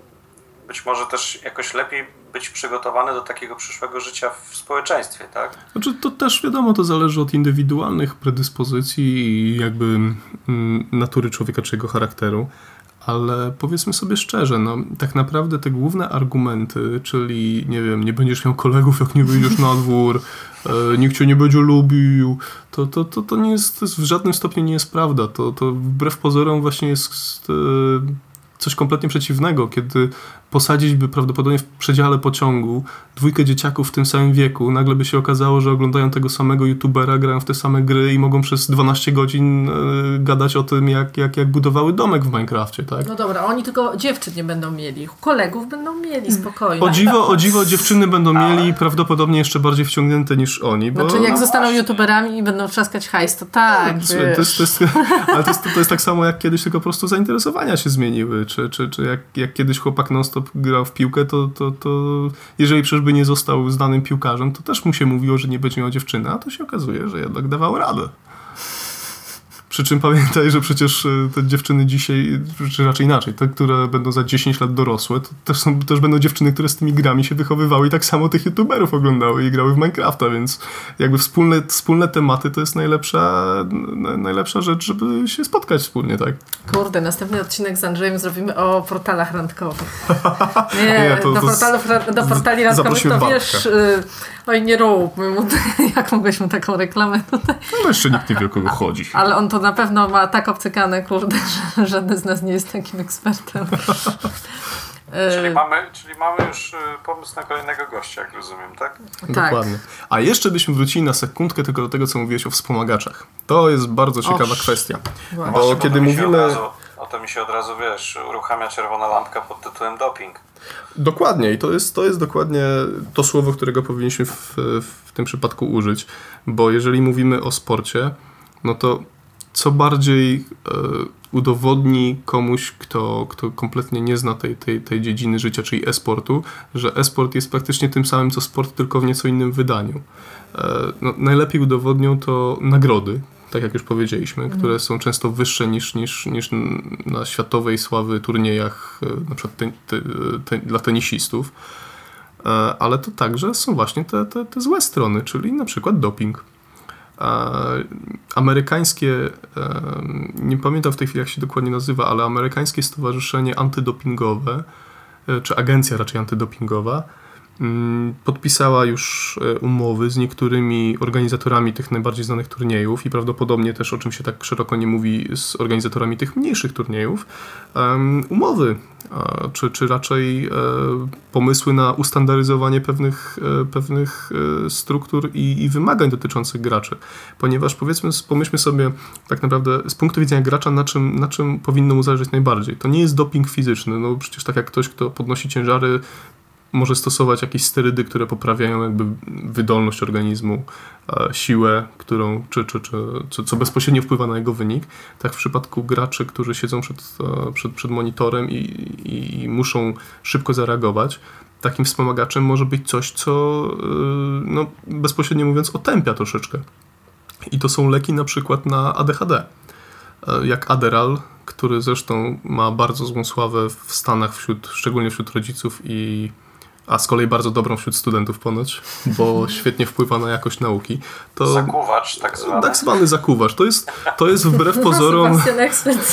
być może też jakoś lepiej być przygotowany do takiego przyszłego życia w społeczeństwie, tak? Znaczy to też wiadomo, to zależy od indywidualnych predyspozycji i jakby mm, natury człowieka czy jego charakteru. Ale powiedzmy sobie szczerze, no tak naprawdę te główne argumenty, czyli nie wiem, nie będziesz miał kolegów, jak nie wyjdziesz na dwór, e, nikt cię nie będzie lubił, to, to, to, to nie jest, to jest, w żadnym stopniu nie jest prawda. To, to wbrew pozorom właśnie jest e, coś kompletnie przeciwnego, kiedy posadzić by prawdopodobnie w przedziale pociągu dwójkę dzieciaków w tym samym wieku, nagle by się okazało, że oglądają tego samego youtubera, grają w te same gry i mogą przez dwanaście godzin y, gadać o tym, jak, jak, jak budowały domek w Minecrafcie, tak? No dobra, oni tylko dziewczyn nie będą mieli, kolegów będą mieli spokojnie. O dziwo, o dziwo dziewczyny będą mieli prawdopodobnie jeszcze bardziej wciągnięte niż oni, bo... Znaczy jak no zostaną właśnie. youtuberami i będą trzaskać hajs, to tak, to jest, to jest, ale to jest, to jest tak samo jak kiedyś, tylko po prostu zainteresowania się zmieniły, czy, czy, czy jak, jak kiedyś chłopak non-stop grał w piłkę, to, to, to jeżeli przecież by nie został znanym piłkarzem, to też mu się mówiło, że nie będzie miał dziewczyny, a to się okazuje, że jednak dawał radę. Przy czym pamiętaj, że przecież te dziewczyny dzisiaj, czy raczej inaczej, te, które będą za dziesięć lat dorosłe, to też, są, też będą dziewczyny, które z tymi grami się wychowywały i tak samo tych youtuberów oglądały i grały w Minecrafta, więc jakby wspólne, wspólne tematy to jest najlepsza, najlepsza rzecz, żeby się spotkać wspólnie, tak? Kurde, następny odcinek z Andrzejem zrobimy o portalach randkowych. Nie, nie to, do, to portalów, do portali randkowych to Bartka. wiesz, y, oj nie róbmy mu, jak mogłeś mu taką reklamę tutaj. Ale jeszcze nikt nie wie, o kogo chodzi. Ale on to na pewno ma tak obcykane, kurde, że żaden z nas nie jest takim ekspertem. Czyli mamy, czyli mamy już pomysł na kolejnego gościa, jak rozumiem, tak? Dokładnie. Tak. A jeszcze byśmy wrócili na sekundkę tylko do tego, co mówiłeś o wspomagaczach. To jest bardzo ciekawa Oż. kwestia. Bo Właśnie, kiedy bo mówimy... Razu, o to mi się od razu, wiesz, uruchamia czerwona lampka pod tytułem doping. Dokładnie. I to jest, to jest dokładnie to słowo, którego powinniśmy w, w tym przypadku użyć. Bo jeżeli mówimy o sporcie, no to co bardziej e, udowodni komuś, kto, kto kompletnie nie zna tej, tej, tej dziedziny życia, czyli e-sportu, że e-sport jest praktycznie tym samym, co sport, tylko w nieco innym wydaniu. E, no, najlepiej udowodnią to nagrody, tak jak już powiedzieliśmy, mhm. które są często wyższe niż, niż, niż na światowej sławy turniejach, na przykład te, te, te, dla tenisistów. Ale to także są właśnie te, te, te złe strony, czyli na przykład doping. Amerykańskie, nie pamiętam w tej chwili jak się dokładnie nazywa, ale amerykańskie stowarzyszenie antydopingowe, czy agencja raczej antydopingowa, podpisała już umowy z niektórymi organizatorami tych najbardziej znanych turniejów i prawdopodobnie też, o czym się tak szeroko nie mówi, z organizatorami tych mniejszych turniejów, um, umowy, a, czy, czy raczej e, pomysły na ustandaryzowanie pewnych, e, pewnych e, struktur i, i wymagań dotyczących graczy. Ponieważ powiedzmy, pomyślmy sobie tak naprawdę z punktu widzenia gracza, na czym, na czym powinno mu zależeć najbardziej. To nie jest doping fizyczny, no przecież tak jak ktoś, kto podnosi ciężary, może stosować jakieś sterydy, które poprawiają jakby wydolność organizmu, siłę, którą, czy, czy, czy, co, co bezpośrednio wpływa na jego wynik. Tak w przypadku graczy, którzy siedzą przed, przed, przed monitorem i, i, i muszą szybko zareagować, takim wspomagaczem może być coś, co no, bezpośrednio mówiąc otępia troszeczkę. I to są leki na przykład na A D H D, jak Adderall, który zresztą ma bardzo złą sławę w Stanach, wśród, szczególnie wśród rodziców i a z kolei bardzo dobrą wśród studentów ponoć, bo świetnie wpływa na jakość nauki. To zakuwacz tak zwany. Tak zwany zakuwacz. To jest, to jest wbrew pozorom... Sebastian ekspert.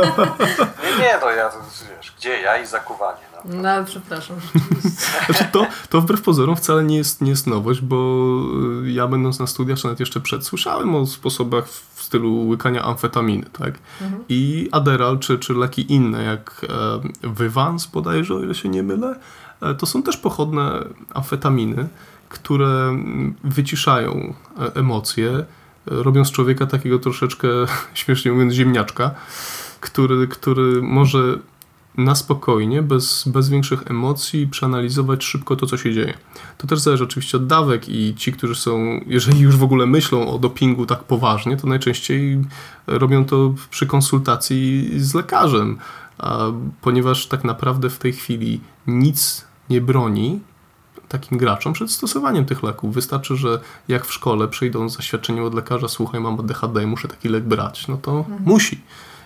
Nie, nie, no ja, wiesz, gdzie ja i zakuwanie. No, no przepraszam, rzeczywiście. Znaczy to, to wbrew pozorom wcale nie jest, nie jest nowość, bo ja będąc na studiach, czy nawet jeszcze przed, słyszałem o sposobach w stylu łykania amfetaminy, tak? Mhm. I Adderall, czy, czy leki inne, jak e, Vyvanse bodajże, o ile się nie mylę, to są też pochodne amfetaminy, które wyciszają emocje, robią z człowieka takiego troszeczkę, śmiesznie mówiąc, ziemniaczka, który, który może na spokojnie, bez, bez większych emocji przeanalizować szybko to, co się dzieje. To też zależy oczywiście od dawek i ci, którzy są, jeżeli już w ogóle myślą o dopingu tak poważnie, to najczęściej robią to przy konsultacji z lekarzem, ponieważ tak naprawdę w tej chwili nic nie broni takim graczom przed stosowaniem tych leków. Wystarczy, że jak w szkole przyjdą z zaświadczeniem od lekarza, słuchaj, mam A D H D i muszę taki lek brać, no to mhm. musi.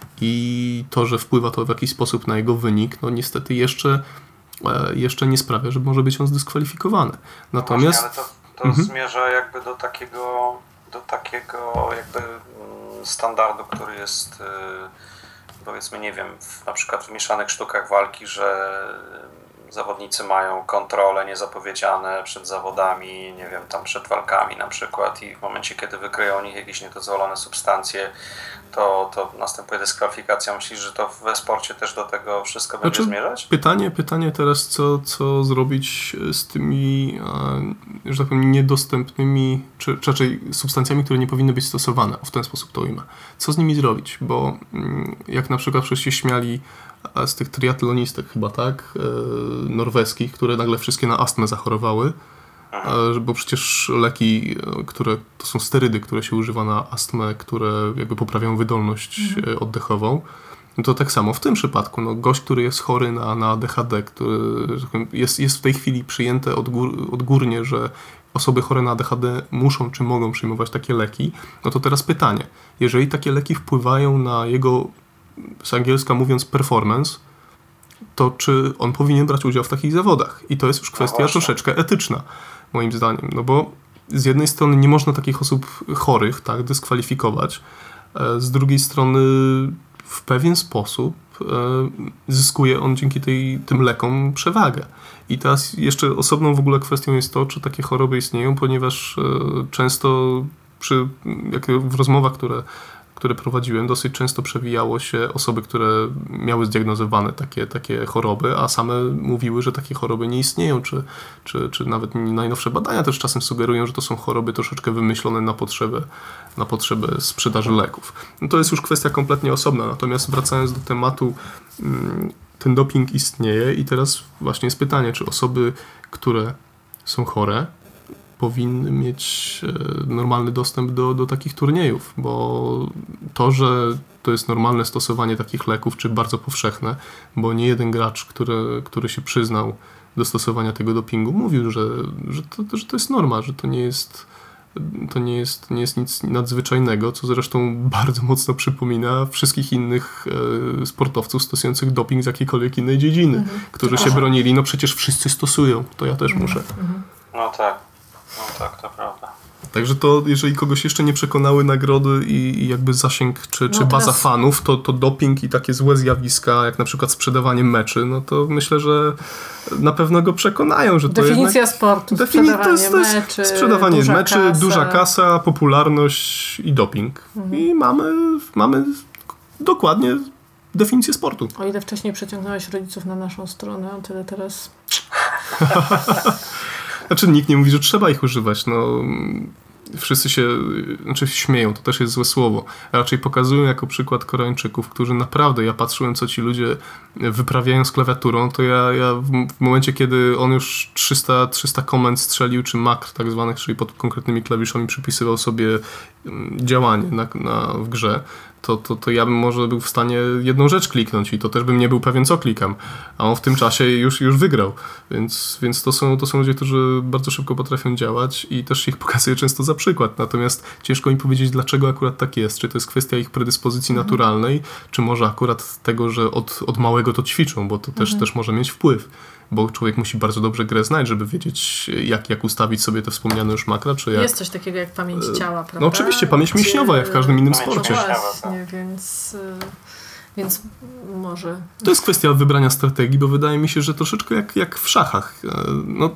I to, że wpływa to w jakiś sposób na jego wynik, no niestety jeszcze, jeszcze nie sprawia, że może być on zdyskwalifikowany. Natomiast... No właśnie, ale to, to mhm. zmierza jakby do takiego, do takiego jakby standardu, który jest... powiedzmy, nie wiem, w, na przykład w mieszanych sztukach walki, że zawodnicy mają kontrole niezapowiedziane przed zawodami, nie wiem, tam przed walkami na przykład i w momencie, kiedy wykryją o nich jakieś niedozwolone substancje, to, to następuje dyskwalifikacja. Myślisz, że to we sporcie też do tego wszystko będzie znaczy, zmierzać? Pytanie, pytanie teraz, co, co zrobić z tymi, że tak powiem, niedostępnymi, czy, czy raczej substancjami, które nie powinny być stosowane. W ten sposób to ujmę. Co z nimi zrobić? Bo jak na przykład wszyscy się śmiali z tych triatlonistek chyba, tak, norweskich, które nagle wszystkie na astmę zachorowały, bo przecież leki, które to są sterydy, które się używa na astmę, które jakby poprawiają wydolność mhm. oddechową, to tak samo w tym przypadku. No, gość, który jest chory na, na A D H D, który jest, jest w tej chwili przyjęte odgór, odgórnie, że osoby chore na A D H D muszą czy mogą przyjmować takie leki, no to teraz pytanie, jeżeli takie leki wpływają na jego, z angielska mówiąc, performance, to czy on powinien brać udział w takich zawodach? I to jest już kwestia no troszeczkę etyczna, moim zdaniem. No bo z jednej strony nie można takich osób chorych, tak, dyskwalifikować. Z drugiej strony w pewien sposób zyskuje on dzięki tej, tym lekom przewagę. I teraz jeszcze osobną w ogóle kwestią jest to, czy takie choroby istnieją, ponieważ często przy, jak w rozmowach, które które prowadziłem, dosyć często przewijało się osoby, które miały zdiagnozowane takie, takie choroby, a same mówiły, że takie choroby nie istnieją, czy, czy, czy nawet najnowsze badania też czasem sugerują, że to są choroby troszeczkę wymyślone na potrzebę, na potrzebę sprzedaży leków. No to jest już kwestia kompletnie osobna, natomiast wracając do tematu, ten doping istnieje i teraz właśnie jest pytanie, czy osoby, które są chore, powinny mieć normalny dostęp do, do takich turniejów, bo to, że to jest normalne stosowanie takich leków, czy bardzo powszechne, bo nie jeden gracz, który, który się przyznał do stosowania tego dopingu, mówił, że, że, to, że to jest norma, że to nie jest to nie jest, nie jest nic nadzwyczajnego, co zresztą bardzo mocno przypomina wszystkich innych e, sportowców stosujących doping z jakiejkolwiek innej dziedziny, mhm. którzy Aha. się bronili. No przecież wszyscy stosują, to ja też muszę. Mhm. No tak, no tak, to prawda. Także to, jeżeli kogoś jeszcze nie przekonały nagrody i, i jakby zasięg czy, czy no baza teraz... fanów, to, to doping i takie złe zjawiska, jak na przykład sprzedawanie meczy, no to myślę, że na pewno go przekonają, że to Definicja jednak... sportu, Defini- sprzedawanie to jest, to jest meczy, sprzedawanie duża meczy, kasa. duża kasa, popularność i doping. Mhm. I mamy, mamy dokładnie definicję sportu. O ile wcześniej przeciągnąłeś rodziców na naszą stronę, o tyle teraz... Znaczy nikt nie mówi, że trzeba ich używać. No, wszyscy się znaczy śmieją, to też jest złe słowo. Raczej pokazują jako przykład Koreańczyków, którzy naprawdę, ja patrzyłem, co ci ludzie wyprawiają z klawiaturą, to ja, ja w momencie, kiedy on już trzysta, trzysta komend strzelił, czy makr tak zwanych, czyli pod konkretnymi klawiszami przypisywał sobie działanie na, na, w grze, to, to, to ja bym może był w stanie jedną rzecz kliknąć i to też bym nie był pewien, co klikam. A on w tym czasie już, już wygrał. Więc, więc to, są, to są ludzie, którzy bardzo szybko potrafią działać i też ich pokazuję często za przykład. Natomiast ciężko mi powiedzieć, dlaczego akurat tak jest. Czy to jest kwestia ich predyspozycji mhm. naturalnej, czy może akurat tego, że od, od małego to ćwiczą, bo to też, mhm. też może mieć wpływ. Bo człowiek musi bardzo dobrze grę znać, żeby wiedzieć, jak, jak ustawić sobie te wspomniane już makra, czy jak... Jest coś takiego jak pamięć ciała, prawda? No oczywiście, pamięć mięśniowa, jak w każdym innym sporcie. No właśnie, więc, więc może... To jest kwestia wybrania strategii, bo wydaje mi się, że troszeczkę jak, jak w szachach. No,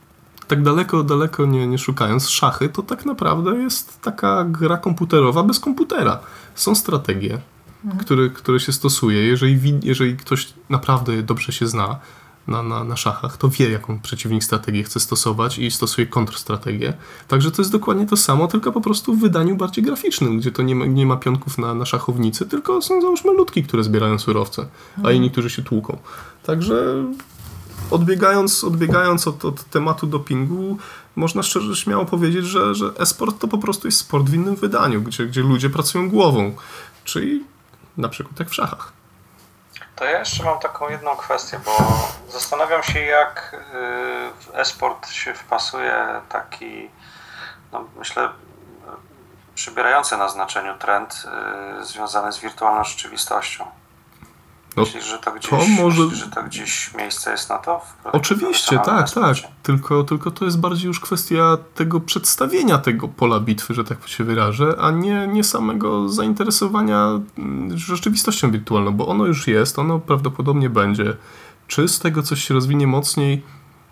tak daleko, daleko nie, nie szukając, szachy to tak naprawdę jest taka gra komputerowa bez komputera. Są strategie, mhm. które, które się stosuje. Jeżeli, jeżeli ktoś naprawdę dobrze się zna, Na, na, na szachach, to wie, jaką przeciwnik strategię chce stosować i stosuje kontrstrategię. Także to jest dokładnie to samo, tylko po prostu w wydaniu bardziej graficznym, gdzie to nie ma, nie ma pionków na, na szachownicy, tylko są załóżmy ludki, które zbierają surowce, a inni, którzy się tłuką. Także odbiegając, odbiegając od, od tematu dopingu, można szczerze śmiało powiedzieć, że, że e-sport to po prostu jest sport w innym wydaniu, gdzie, gdzie ludzie pracują głową, czyli na przykład jak w szachach. To ja jeszcze mam taką jedną kwestię, bo zastanawiam się, jak w e-sport się wpasuje taki, no myślę, przybierający na znaczeniu trend związany z wirtualną rzeczywistością. No, myślisz, że to gdzieś, to może... myślisz, że to gdzieś miejsce jest na to? Oczywiście, tak, tak. Tylko, tylko to jest bardziej już kwestia tego przedstawienia tego pola bitwy, że tak się wyrażę, a nie, nie samego zainteresowania rzeczywistością wirtualną, bo ono już jest, ono prawdopodobnie będzie. Czy z tego coś się rozwinie mocniej?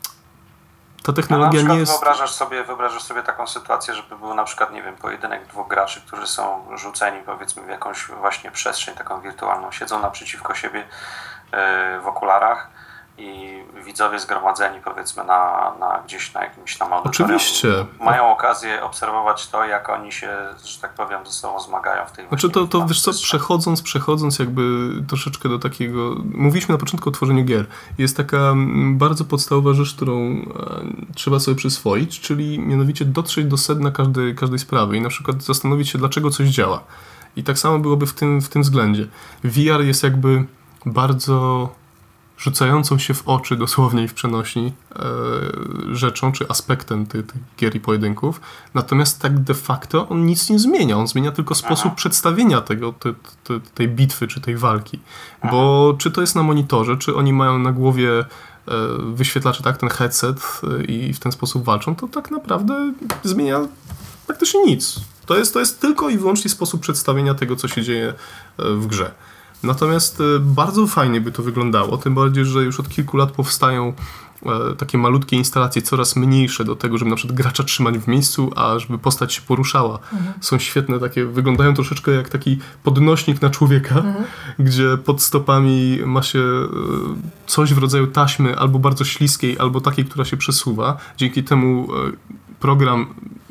Ta technologia nie jest... Wyobrażasz sobie, wyobrażasz sobie taką sytuację, żeby był na przykład, nie wiem, pojedynek dwóch graczy, którzy są rzuceni powiedzmy w jakąś właśnie przestrzeń taką wirtualną, siedzą naprzeciwko siebie yy, w okularach i widzowie zgromadzeni powiedzmy na, na gdzieś na jakimś tam audytorium. Oczywiście. Mają okazję obserwować to, jak oni się, że tak powiem, ze sobą zmagają w tej Znaczy to, to wiesz co, przechodząc, przechodząc jakby troszeczkę do takiego... Mówiliśmy na początku o tworzeniu gier. Jest taka bardzo podstawowa rzecz, którą e, trzeba sobie przyswoić, czyli mianowicie dotrzeć do sedna każdej, każdej sprawy i na przykład zastanowić się, dlaczego coś działa. I tak samo byłoby w tym, w tym względzie. V R jest jakby bardzo... rzucającą się w oczy dosłownie i w przenośni e, rzeczą, czy aspektem tych, tych gier i pojedynków. Natomiast tak de facto on nic nie zmienia. On zmienia tylko sposób Aha. przedstawienia tego, te, te, tej bitwy, czy tej walki. Aha. Bo czy to jest na monitorze, czy oni mają na głowie e, wyświetlacze, tak, ten headset e, i w ten sposób walczą, to tak naprawdę zmienia praktycznie nic. To jest, to jest tylko i wyłącznie sposób przedstawienia tego, co się dzieje w grze. Natomiast bardzo fajnie by to wyglądało, tym bardziej, że już od kilku lat powstają e, takie malutkie instalacje, coraz mniejsze do tego, żeby na przykład gracza trzymać w miejscu, a żeby postać się poruszała. Mhm. Są świetne takie, wyglądają troszeczkę jak taki podnośnik na człowieka, mhm. gdzie pod stopami ma się e, coś w rodzaju taśmy, albo bardzo śliskiej, albo takiej, która się przesuwa. Dzięki temu e, program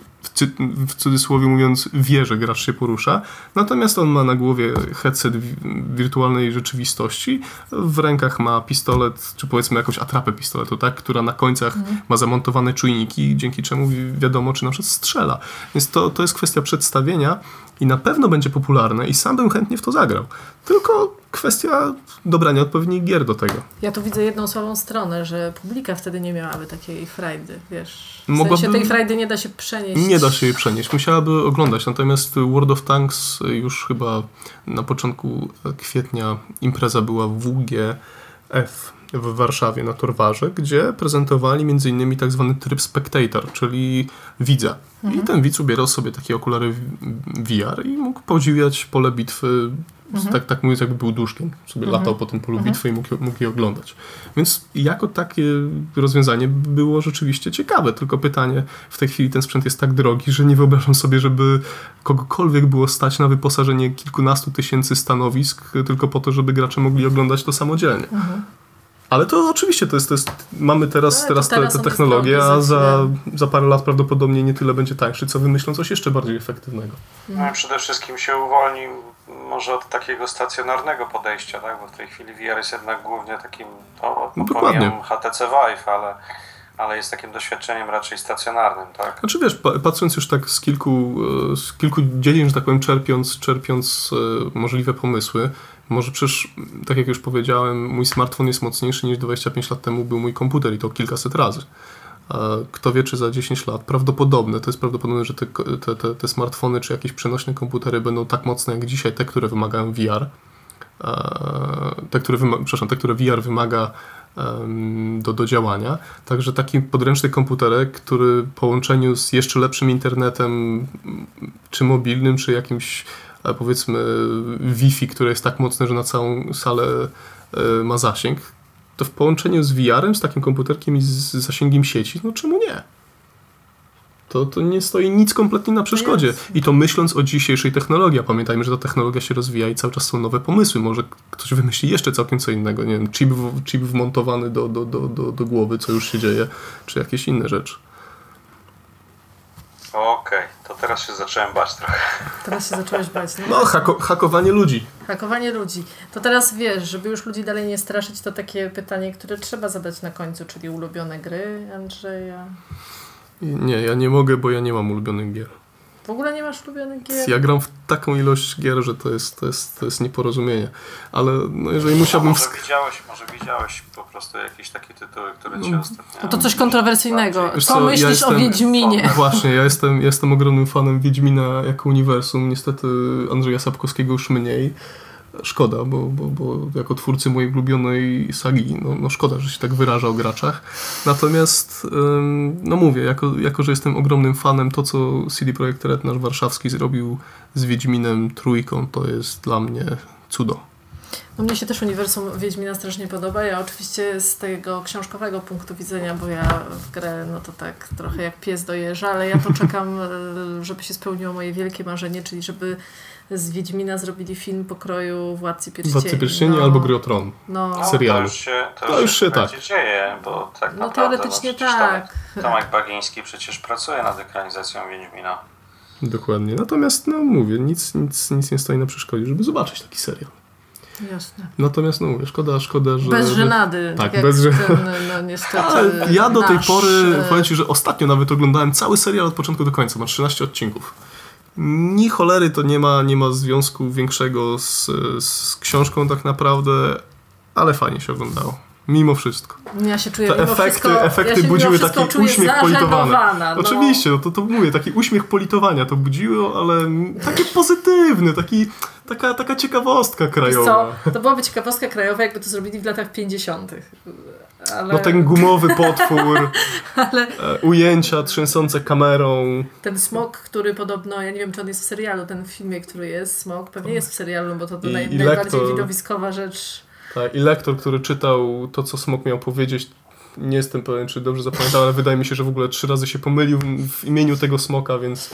w cudzysłowie mówiąc, wie, że gracz się porusza, natomiast on ma na głowie headset wirtualnej rzeczywistości, w rękach ma pistolet, czy powiedzmy jakąś atrapę pistoletu, tak, która na końcach mhm. ma zamontowane czujniki, dzięki czemu wiadomo, czy na przykład strzela. Więc to, to jest kwestia przedstawienia i na pewno będzie popularne i sam bym chętnie w to zagrał. Tylko kwestia dobrania odpowiednich gier do tego. Ja tu widzę jedną słabą stronę, że publika wtedy nie miałaby takiej frajdy, wiesz. W Mogłaby... sensie tej frajdy nie da się przenieść. Nie da się jej przenieść. Musiałaby oglądać. Natomiast World of Tanks już chyba na początku kwietnia impreza była w W G F w Warszawie na Torwarze, gdzie prezentowali między innymi tak zwany tryb spectator, czyli widza. Mhm. I ten widz ubierał sobie takie okulary V R i mógł podziwiać pole bitwy, mhm. tak, tak mówiąc, jakby był duszkiem. Sobie mhm. latał po tym polu mhm. bitwy i mógł, mógł je oglądać. Więc jako takie rozwiązanie było rzeczywiście ciekawe, tylko pytanie, w tej chwili ten sprzęt jest tak drogi, że nie wyobrażam sobie, żeby kogokolwiek było stać na wyposażenie kilkunastu tysięcy stanowisk tylko po to, żeby gracze mogli oglądać to samodzielnie. Mhm. Ale to oczywiście to jest, to jest mamy teraz, teraz, teraz te, te technologie, a za, za parę lat prawdopodobnie nie tyle będzie tańszy, co wymyślą coś jeszcze bardziej efektywnego. No i przede wszystkim się uwolni może od takiego stacjonarnego podejścia, tak? Bo w tej chwili V R jest jednak głównie takim, to no, dokładnie. H T C Vive, ale, ale jest takim doświadczeniem raczej stacjonarnym, tak? Znaczy wiesz, patrząc już tak z kilku, z kilku dziedzin, że tak powiem, czerpiąc, czerpiąc możliwe pomysły, może przecież, tak jak już powiedziałem, mój smartfon jest mocniejszy niż dwadzieścia pięć lat temu był mój komputer i to kilkaset razy. Kto wie, czy za dziesięć lat, prawdopodobne, to jest prawdopodobne, że te, te, te, te smartfony czy jakieś przenośne komputery będą tak mocne jak dzisiaj, te, które wymagają V R. Te, które, wyma- przepraszam, te, które V R wymaga um, do, do działania. Także taki podręczny komputerek, który w połączeniu z jeszcze lepszym internetem, czy mobilnym, czy jakimś powiedzmy Wi-Fi, które jest tak mocne, że na całą salę y, ma zasięg, to w połączeniu z V R-em, z takim komputerkiem i z zasięgiem sieci, no czemu nie? To, to nie stoi nic kompletnie na przeszkodzie. I to myśląc o dzisiejszej technologii. A pamiętajmy, że ta technologia się rozwija i cały czas są nowe pomysły. Może ktoś wymyśli jeszcze całkiem co innego. Nie wiem, chip, w, chip wmontowany do, do, do, do, do głowy, co już się dzieje, czy jakieś inne rzeczy. Okej, okay, to teraz się zacząłem bać trochę. Teraz się zacząłeś bać. No, no hako, hakowanie ludzi. Hakowanie ludzi. To teraz wiesz, żeby już ludzi dalej nie straszyć, to takie pytanie, które trzeba zadać na końcu, czyli ulubione gry Andrzeja. Nie, ja nie mogę, bo ja nie mam ulubionych gier. W ogóle nie masz ulubionych gier? Ja gram w taką ilość gier, że to jest, to jest, to jest nieporozumienie. Ale no, jeżeli musiałbym... Może widziałeś, może widziałeś po prostu jakieś takie tytuły, które no, cię ostatnio... No to coś kontrowersyjnego. Co, co myślisz ja jestem, o Wiedźminie? Właśnie, ja jestem, jestem ogromnym fanem Wiedźmina jako uniwersum. Niestety Andrzeja Sapkowskiego już mniej. Szkoda, bo, bo, bo jako twórcy mojej ulubionej sagi, no, no szkoda, że się tak wyraża o graczach. Natomiast, ym, no mówię, jako, jako, że jestem ogromnym fanem, to co C D Projekt Red nasz warszawski zrobił z Wiedźminem Trójką, to jest dla mnie cudo. No mnie się też uniwersum Wiedźmina strasznie podoba. Ja oczywiście z tego książkowego punktu widzenia, bo ja w grę, no to tak trochę jak pies do jeża, ale ja to czekam, żeby się spełniło moje wielkie marzenie, czyli żeby z Wiedźmina zrobili film pokroju Władcy Pierścieni. Władcy Pierścieni no, albo Gry o Tron. No, serialu. To już się, to to już się tak dzieje, bo tak no naprawdę teoretycznie no, tak. Tomek, Tomek Bagiński przecież pracuje nad ekranizacją Wiedźmina. Dokładnie. Natomiast, no mówię, nic, nic, nic nie stoi na przeszkodzie, żeby zobaczyć taki serial. Jasne. Natomiast, no mówię, szkoda, szkoda, że... Bez żenady. Tak, tak bez żenady. No niestety Ale ja do tej nasz... pory, powiem Ci, że ostatnio nawet oglądałem cały serial od początku do końca, ma trzynaście odcinków. Ni cholery to nie ma, nie ma związku większego z, z książką tak naprawdę, ale fajnie się oglądało. Mimo wszystko. Ja się czuję Te mimo efekty, wszystko, efekty ja budziły taki uśmiech politowania. No. Oczywiście, no to, to mówię, taki uśmiech politowania to budziło, ale taki pozytywny, taki, taka, taka ciekawostka krajowa. Co? To byłaby ciekawostka krajowa, jakby to zrobili w latach pięćdziesiątych. Ale... No ten gumowy potwór, ale... ujęcia trzęsące kamerą. Ten smok, który podobno, ja nie wiem, czy on jest w serialu, ten w filmie, który jest, smok, pewnie jest w serialu, bo to, to I, naj, i najbardziej lektor, widowiskowa rzecz. Tak, i lektor, który czytał to, co smok miał powiedzieć, nie jestem pewien, czy dobrze zapamiętałem, ale wydaje mi się, że w ogóle trzy razy się pomylił w imieniu tego smoka, więc,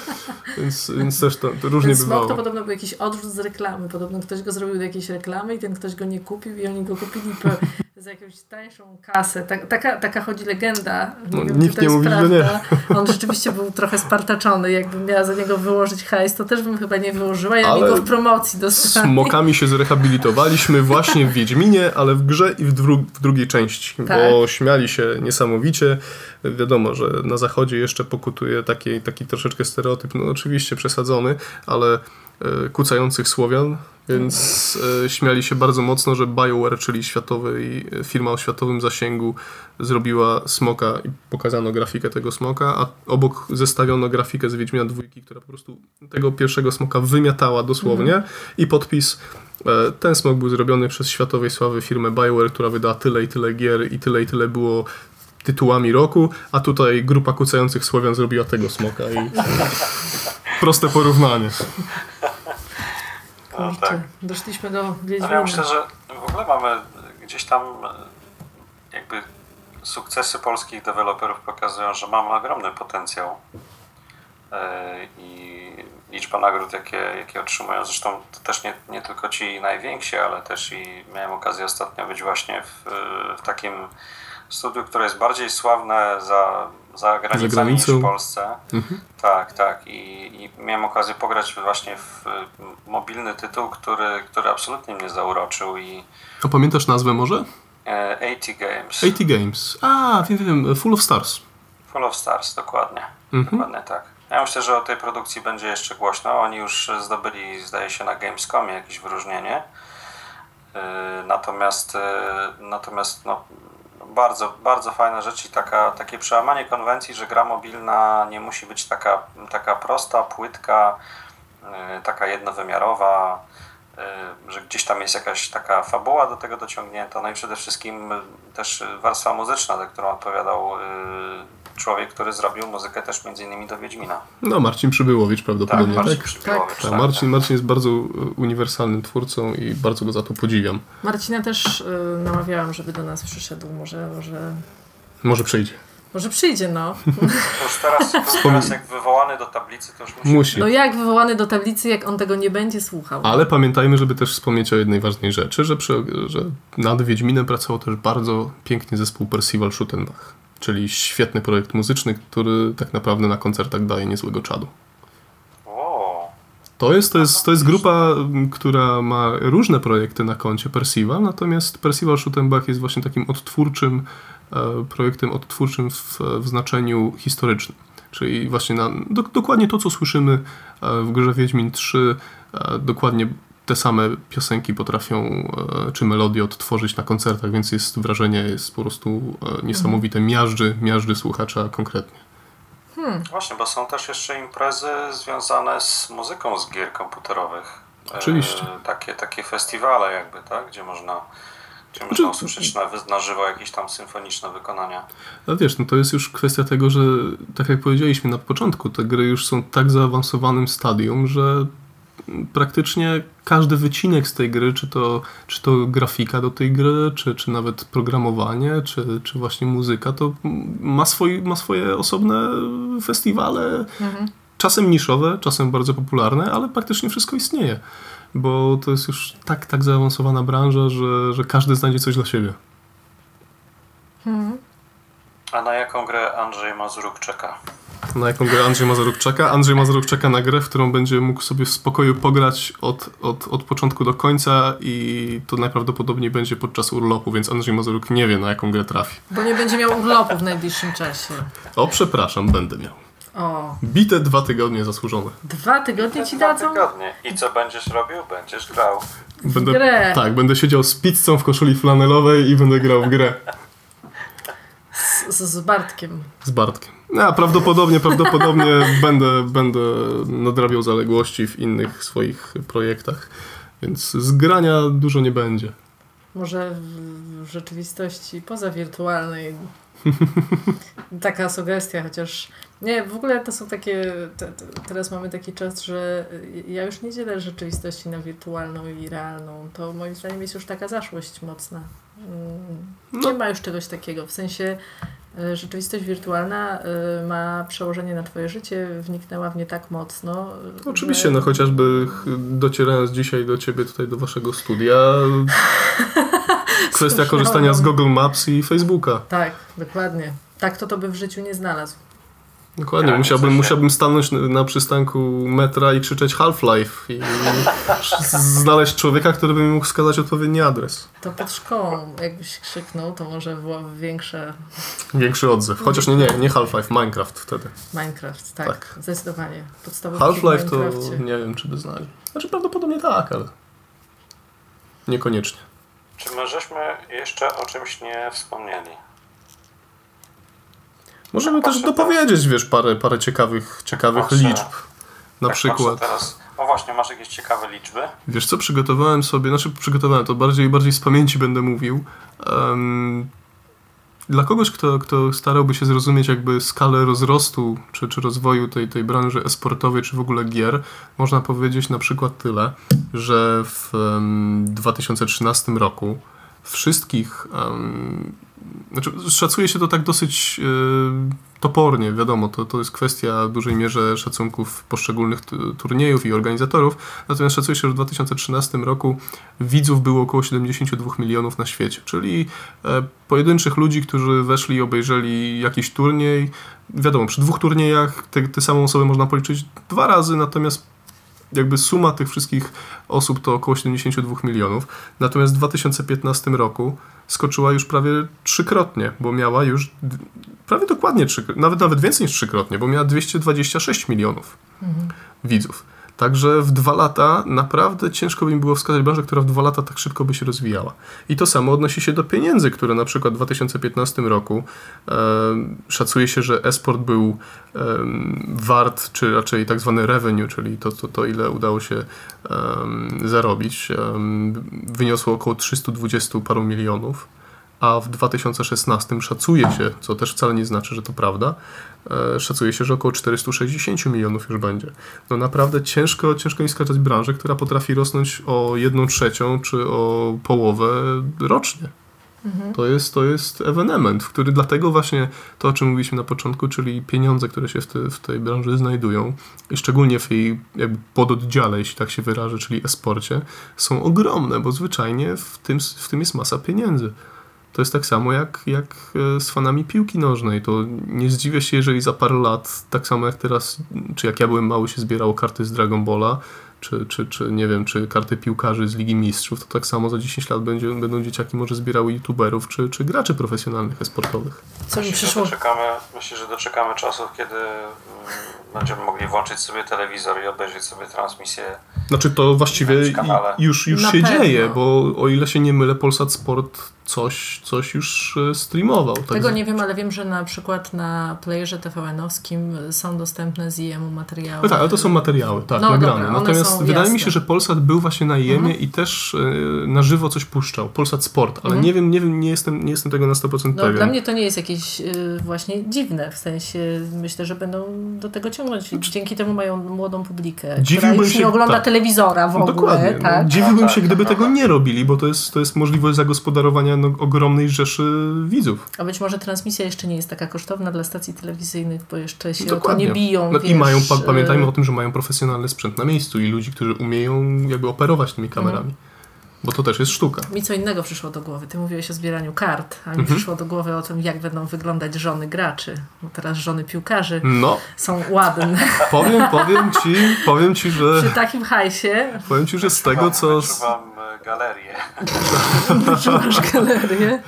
więc, więc też to, to różnie ten bywało. Smok to podobno był jakiś odrzut z reklamy. Podobno ktoś go zrobił do jakiejś reklamy i ten ktoś go nie kupił i oni go kupili po, za jakąś tańszą kasę. Tak, taka, taka chodzi legenda. Nie no, wiem, nikt nie mówi, że nie. On rzeczywiście był trochę spartaczony. Jakbym miała za niego wyłożyć hajs, to też bym chyba nie wyłożyła. Ja mi go w promocji dostałam. Smokami się zrehabilitowaliśmy właśnie w Wiedźminie, ale w grze i w, dru- w drugiej części. Tak. Bo śmiali się niesamowicie. Wiadomo, że na zachodzie jeszcze pokutuje taki, taki troszeczkę stereotyp, no oczywiście przesadzony, ale e, kucających Słowian, więc e, śmiali się bardzo mocno, że BioWare, czyli światowej, firma o światowym zasięgu, zrobiła smoka i pokazano grafikę tego smoka, a obok zestawiono grafikę z Wiedźmina dwójki, która po prostu tego pierwszego smoka wymiatała dosłownie mm. i podpis: e, ten smok był zrobiony przez światowej sławy firmę BioWare, która wydała tyle i tyle gier i tyle i tyle było tytułami roku, a tutaj grupa kucających Słowian zrobiła tego smoka i proste porównanie. No, tak. Doszliśmy do Wiedźmina. No, ja myślę, że w ogóle mamy gdzieś tam jakby sukcesy polskich deweloperów pokazują, że mamy ogromny potencjał yy, i liczba nagród, jakie, jakie otrzymują, zresztą to też nie, nie tylko ci najwięksi, ale też i miałem okazję ostatnio być właśnie w, w takim studiu, które jest bardziej sławne za, za granicami niż w Polsce. Mhm. Tak, tak. I, I miałem okazję pograć właśnie w mobilny tytuł, który, który absolutnie mnie zauroczył. I a pamiętasz nazwę może? osiemdziesiąt Games. osiemdziesiąt Games. A, wiem, wiem. Full of Stars. Full of Stars, dokładnie. Mhm. Dokładnie tak. Ja myślę, że o tej produkcji będzie jeszcze głośno. Oni już zdobyli, zdaje się, na Gamescomie jakieś wyróżnienie. Natomiast, natomiast no, bardzo, bardzo fajna rzecz i taka, takie przełamanie konwencji, że gra mobilna nie musi być taka, taka prosta, płytka, taka jednowymiarowa, że gdzieś tam jest jakaś taka fabuła do tego dociągnięta, no i przede wszystkim też warstwa muzyczna, za którą odpowiadał człowiek, który zrobił muzykę też między innymi do Wiedźmina. No, Marcin Przybyłowicz prawdopodobnie, tak? Marcin tak? Przybyłowicz, tak. tak, Marcin, tak. Marcin jest bardzo uniwersalnym twórcą i bardzo go za to podziwiam. Marcina też y, namawiałam, żeby do nas przyszedł. Może, może... Może przyjdzie. Może przyjdzie, no. To już teraz, teraz jak wywołany do tablicy, to już musi. musi. No jak wywołany do tablicy, jak on tego nie będzie słuchał. Ale pamiętajmy, żeby też wspomnieć o jednej ważnej rzeczy, że, przy, że nad Wiedźminem pracował też bardzo pięknie zespół Percival Schuttenbach, czyli świetny projekt muzyczny, który tak naprawdę na koncertach daje niezłego czadu. O. To jest, to, jest, to jest grupa, która ma różne projekty na koncie Percival, natomiast Percival Schuttenbach jest właśnie takim odtwórczym e, projektem odtwórczym w, w znaczeniu historycznym. Czyli właśnie na, do, dokładnie to, co słyszymy w grze Wiedźmin trzy, e, dokładnie te same piosenki potrafią, e, czy melodie odtworzyć na koncertach, więc jest wrażenie, jest po prostu e, niesamowite, miażdży, miażdży słuchacza konkretnie. Hmm. Właśnie, bo są też jeszcze imprezy związane z muzyką z gier komputerowych. Oczywiście. E, takie, takie festiwale jakby, tak? Gdzie można, gdzie można znaczy, usłyszeć na, na żywo jakieś tam symfoniczne wykonania. Ale wiesz, no to jest już kwestia tego, że tak jak powiedzieliśmy na początku, te gry już są tak zaawansowanym stadium, że praktycznie każdy wycinek z tej gry, czy to, czy to grafika do tej gry, czy, czy nawet programowanie, czy, czy właśnie muzyka, to ma, swoi, ma swoje osobne festiwale, mhm. czasem niszowe, czasem bardzo popularne, ale praktycznie wszystko istnieje, bo to jest już tak, tak zaawansowana branża, że, że każdy znajdzie coś dla siebie. Mhm. A na jaką grę Andrzej Mazuruk czeka? Na jaką grę Andrzej Mazuruk czeka? Andrzej Mazuruk czeka na grę, w którą będzie mógł sobie w spokoju pograć od, od, od początku do końca i to najprawdopodobniej będzie podczas urlopu, więc Andrzej Mazuruk nie wie, na jaką grę trafi. Bo nie będzie miał urlopu w najbliższym czasie. O, przepraszam, będę miał. O. Bite dwa tygodnie zasłużone. Dwa tygodnie Bite ci dwa dadzą? Tygodnie. I co będziesz robił? Będziesz grał. Będę, grę. Tak, będę siedział z pizzą w koszuli flanelowej i będę grał w grę. Z, z Bartkiem. Z Bartkiem. Ja prawdopodobnie, prawdopodobnie będę, będę nadrabiał zaległości w innych swoich projektach, więc z grania dużo nie będzie. Może w, w rzeczywistości pozawirtualnej taka sugestia, chociaż nie, w ogóle to są takie, te, te, teraz mamy taki czas, że ja już nie dzielę rzeczywistości na wirtualną i realną. To moim zdaniem jest już taka zaszłość mocna. Nie no. ma już czegoś takiego, w sensie rzeczywistość wirtualna ma przełożenie na twoje życie, wniknęła w nie tak mocno. Oczywiście, że... no chociażby docierając dzisiaj do ciebie tutaj, do waszego studia, kwestia korzystania z Google Maps i Facebooka. Tak, dokładnie. Tak to to by w życiu nie znalazł. Dokładnie, musiałbym, musiałbym stanąć na przystanku metra i krzyczeć Half-Life i znaleźć człowieka, który by mi mógł wskazać odpowiedni adres. To pod szkołą jakbyś krzyknął, to może byłoby większe... Większy odzew. Chociaż nie, nie, nie Half-Life, Minecraft wtedy. Minecraft, tak, tak. Zdecydowanie. Podstawowy Half-Life to nie wiem, czy by znali. Znaczy prawdopodobnie tak, ale niekoniecznie. Czy my żeśmy jeszcze o czymś nie wspomnieli? Możemy też dopowiedzieć, wiesz, parę, parę ciekawych, ciekawych patrzę, liczb. Na tak przykład. Teraz. O właśnie, masz jakieś ciekawe liczby? Wiesz co, przygotowałem sobie, znaczy przygotowałem, to bardziej bardziej z pamięci będę mówił. Um, dla kogoś, kto, kto starałby się zrozumieć jakby skalę rozrostu czy, czy rozwoju tej, tej branży e-sportowej, czy w ogóle gier, można powiedzieć na przykład tyle, że w um, dwa tysiące trzynastym roku wszystkich um, Znaczy, szacuje się to tak dosyć y, topornie, wiadomo, to, to jest kwestia w dużej mierze szacunków poszczególnych t- turniejów i organizatorów, natomiast szacuje się, że w dwa tysiące trzynastym roku widzów było około siedemdziesiąt dwa milionów na świecie, czyli e, pojedynczych ludzi, którzy weszli i obejrzeli jakiś turniej. Wiadomo, przy dwóch turniejach te, te samą osobę można policzyć dwa razy, natomiast jakby suma tych wszystkich osób to około siedemdziesiąt dwa milionów. Natomiast w dwa tysiące piętnastym roku skoczyła już prawie trzykrotnie, bo miała już d- prawie dokładnie trzy, nawet nawet więcej niż trzykrotnie, bo miała dwieście dwadzieścia sześć milionów mhm. widzów. Także w dwa lata naprawdę ciężko by mi było wskazać branżę, która w dwa lata tak szybko by się rozwijała. I to samo odnosi się do pieniędzy, które na przykład w dwa tysiące piętnastym roku e, szacuje się, że e-sport był e, wart, czy raczej tak zwany revenue, czyli to, to, to ile udało się e, zarobić, e, wyniosło około trzysta dwadzieścia paru milionów. A w dwa tysiące szesnastym szacuje się, co też wcale nie znaczy, że to prawda, e, szacuje się, że około czterysta sześćdziesiąt milionów już będzie. No naprawdę ciężko, ciężko mi wskazać branżę, która potrafi rosnąć o jedną trzecią czy o połowę rocznie. Mhm. To jest, to jest ewenement, który dlatego właśnie to, o czym mówiliśmy na początku, czyli pieniądze, które się w, te, w tej branży znajdują, i szczególnie w jej jakby pododdziale, jeśli tak się wyrażę, czyli e-sporcie, są ogromne, bo zwyczajnie w tym, w tym jest masa pieniędzy. To jest tak samo jak, jak z fanami piłki nożnej. To nie zdziwię się, jeżeli za parę lat, tak samo jak teraz, czy jak ja byłem mały, się zbierało karty z Dragon Balla, czy, czy, czy nie wiem, czy karty piłkarzy z Ligi Mistrzów, to tak samo za dziesięć lat będzie, będą dzieciaki może zbierały youtuberów, czy, czy graczy profesjonalnych e-sportowych. Co mi myślę, przyszło? Że doczekamy, myślę, że doczekamy czasów, kiedy będziemy mogli włączyć sobie telewizor i obejrzeć sobie transmisję. Znaczy to właściwie już, już się pewno dzieje, bo o ile się nie mylę, Polsat Sport coś, coś już streamował. Tak Tego nie wiem, ale wiem, że na przykład na playerze T V N-owskim są dostępne z I E M-u materiały. No tak, ale to są materiały, tak, no nagrane. Dobra, Natomiast są, wydaje jasne. mi się, że Polsat był właśnie na I E M-ie mhm. i też y, na żywo coś puszczał. Polsat Sport, ale mhm. nie wiem, nie wiem, nie jestem, nie jestem tego na sto procent no, pewien. Dla mnie to nie jest jakieś y, właśnie dziwne, w sensie myślę, że będą do tego ciągnąć. Dzięki temu mają młodą publikę, która już się, nie ogląda tak. telewizora w ogóle. Dokładnie. Tak? No, dziwiłbym się, gdyby tego nie robili, bo to jest, to jest możliwość zagospodarowania no, ogromnej rzeszy widzów. A być może transmisja jeszcze nie jest taka kosztowna dla stacji telewizyjnych, bo jeszcze się Dokładnie. o to nie biją. No wiesz, i mają, pa- pamiętajmy o tym, że mają profesjonalny sprzęt na miejscu i ludzi, którzy umieją jakby operować tymi kamerami. Mm. Bo to też jest sztuka. Mi co innego przyszło do głowy. Ty mówiłeś o zbieraniu kart, a mi mm-hmm. przyszło do głowy o tym, jak będą wyglądać żony graczy. Bo teraz żony piłkarzy no. są ładne. Powiem, powiem ci, powiem ci, że... Przy takim hajsie... Powiem ci, że z tego, co... Wyczuwam galerię. Wyczuwasz galerię?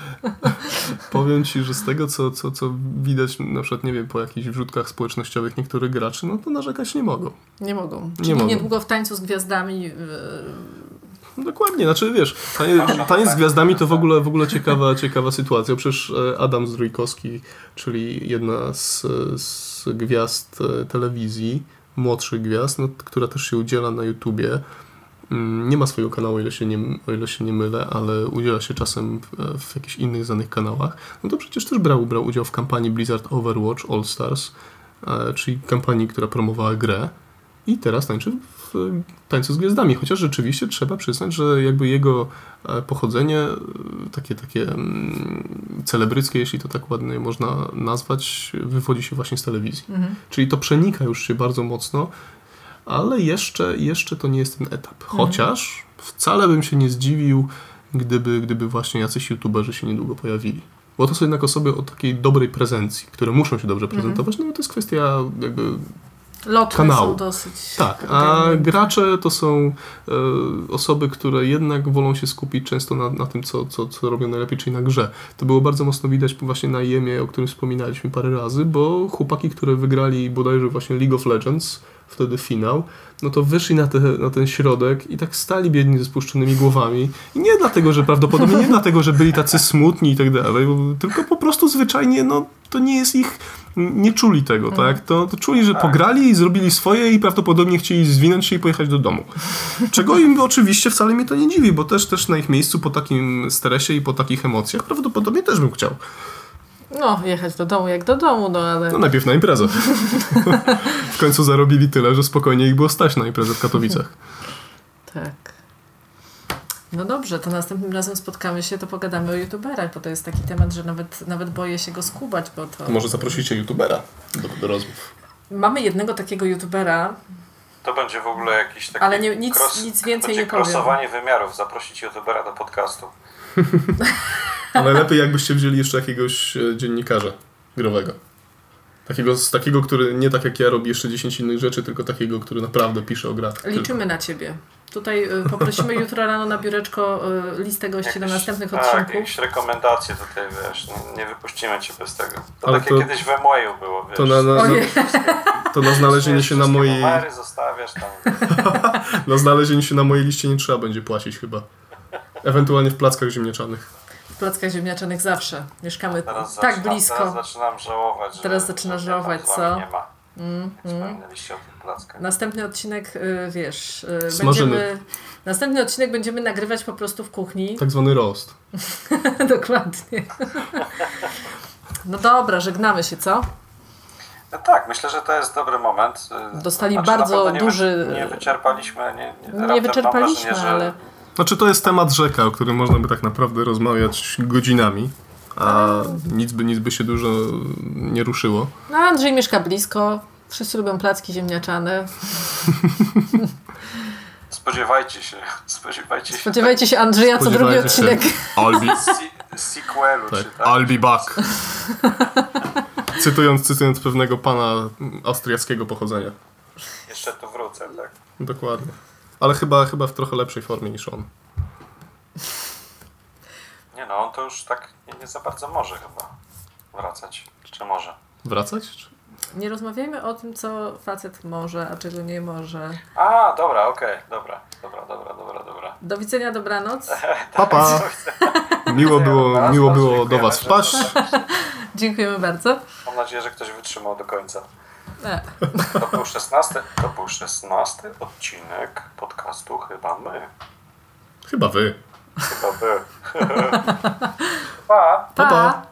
Powiem ci, że z tego, co, co, co widać na przykład, nie wiem, po jakichś wrzutkach społecznościowych niektórych graczy, no to narzekać nie mogą. Nie mogą. Nie Czyli mogą. niedługo w Tańcu z Gwiazdami... Yy... No dokładnie, znaczy wiesz, tanie, taniec z gwiazdami to w ogóle, w ogóle ciekawa, ciekawa sytuacja. Przecież Adam Zdrójkowski, czyli jedna z, z gwiazd telewizji, młodszych gwiazd, no, która też się udziela na YouTubie, nie ma swojego kanału, o ile się nie, o ile się nie mylę, ale udziela się czasem w, w jakichś innych znanych kanałach, no to przecież też brał, brał udział w kampanii Blizzard Overwatch All Stars, czyli kampanii, która promowała grę i teraz tańczy w Tańcu z Gwiazdami, chociaż rzeczywiście trzeba przyznać, że jakby jego pochodzenie takie, takie celebryckie, jeśli to tak ładnie można nazwać, wywodzi się właśnie z telewizji. Mhm. Czyli to przenika już się bardzo mocno, ale jeszcze, jeszcze to nie jest ten etap. Chociaż mhm. wcale bym się nie zdziwił, gdyby, gdyby właśnie jacyś youtuberzy się niedługo pojawili. Bo to są jednak osoby o takiej dobrej prezencji, które muszą się dobrze prezentować, mm-hmm. no to jest kwestia jakby Lotne kanału. są dosyć... Tak, a gracze to są e, osoby, które jednak wolą się skupić często na, na tym, co, co, co robią najlepiej, czyli na grze. To było bardzo mocno widać właśnie na I E M ie, o którym wspominaliśmy parę razy, bo chłopaki, które wygrali bodajże właśnie League of Legends, wtedy finał, no to wyszli na, te, na ten środek i tak stali biedni ze spuszczonymi głowami. I nie dlatego, że prawdopodobnie nie dlatego, że byli tacy smutni i tak dalej, tylko po prostu zwyczajnie, no to nie jest ich, nie czuli tego, mm. tak? To, to czuli, że pograli i zrobili swoje i prawdopodobnie chcieli zwinąć się i pojechać do domu. Czego im oczywiście wcale mnie to nie dziwi, bo też, też na ich miejscu po takim stresie i po takich emocjach prawdopodobnie też bym chciał. No, jechać do domu jak do domu, no ale... No najpierw na imprezę. W końcu zarobili tyle, że spokojnie ich było stać na imprezę w Katowicach. Tak. No dobrze, to następnym razem spotkamy się, to pogadamy o youtuberach, bo to jest taki temat, że nawet, nawet boję się go skubać, bo to... to może zaprosicie youtubera do, do rozmów. Mamy jednego takiego youtubera. To będzie w ogóle jakiś taki... Ale nie, nic, cross, nic więcej nie powiem. Crossowanie wymiarów, zaprosić youtubera do podcastu. Ale lepiej jakbyście wzięli jeszcze jakiegoś dziennikarza growego. Takiego, z takiego, który nie tak jak ja robi jeszcze dziesięć innych rzeczy, tylko takiego, który naprawdę pisze o grach. Liczymy tylko. na ciebie. Tutaj y, poprosimy jutro rano na biureczko y, listę gości jakieś, do następnych tak, odcinków. jakieś rekomendacje tutaj, wiesz, nie, nie wypuścimy cię bez tego. To ale takie to, kiedyś w Emwayu było, wiesz. To na, na, na, to na znalezienie się na mojej... numery zostawiasz tam. Na znalezienie się na mojej liście nie trzeba będzie płacić chyba. Ewentualnie w plackach ziemniaczanych. W plackach ziemniaczanych zawsze. Mieszkamy teraz tak zaczynam, blisko. Teraz zaczynam żałować, Teraz że, zaczynasz że żałować, tam z co? wami nie ma. Mm, mm. Wspominaliście o tych plackach. Następny odcinek, y, wiesz, y, Smażymy. będziemy... Następny odcinek będziemy nagrywać po prostu w kuchni. Tak zwany roast. Dokładnie. No dobra, żegnamy się, co? No tak, myślę, że to jest dobry moment. Dostali znaczy, bardzo nie duży... Wy, nie wyczerpaliśmy. Nie, nie, nie wyczerpaliśmy, wrażenie, że... ale... Znaczy to jest temat rzeka, o którym można by tak naprawdę rozmawiać godzinami, a nic by, nic by się dużo nie ruszyło. No Andrzej mieszka blisko, wszyscy lubią placki ziemniaczane. Spodziewajcie się, spodziewajcie się. Spodziewajcie się Andrzeja co drugi odcinek. I'll be... Sequelu, tak, czy tak? I'll be back. Cytując, cytując pewnego pana austriackiego pochodzenia. Jeszcze tu wrócę, tak? Dokładnie. Ale chyba, chyba w trochę lepszej formie niż on. Nie no, on to już tak nie, nie za bardzo może chyba wracać. Czy może? Wracać? Czy... Nie rozmawiajmy o tym, co facet może, a czego nie może. A, dobra, okej, okay, dobra, dobra, dobra, dobra, dobra. Do widzenia, dobranoc. Papa. Miło było, miło było do was wpaść. Dziękujemy bardzo. Mam nadzieję, że ktoś wytrzymał do końca. E. To był szesnasty, to był szesnasty odcinek podcastu Chyba My. Chyba wy. Chyba wy. Pa! Pa, pa.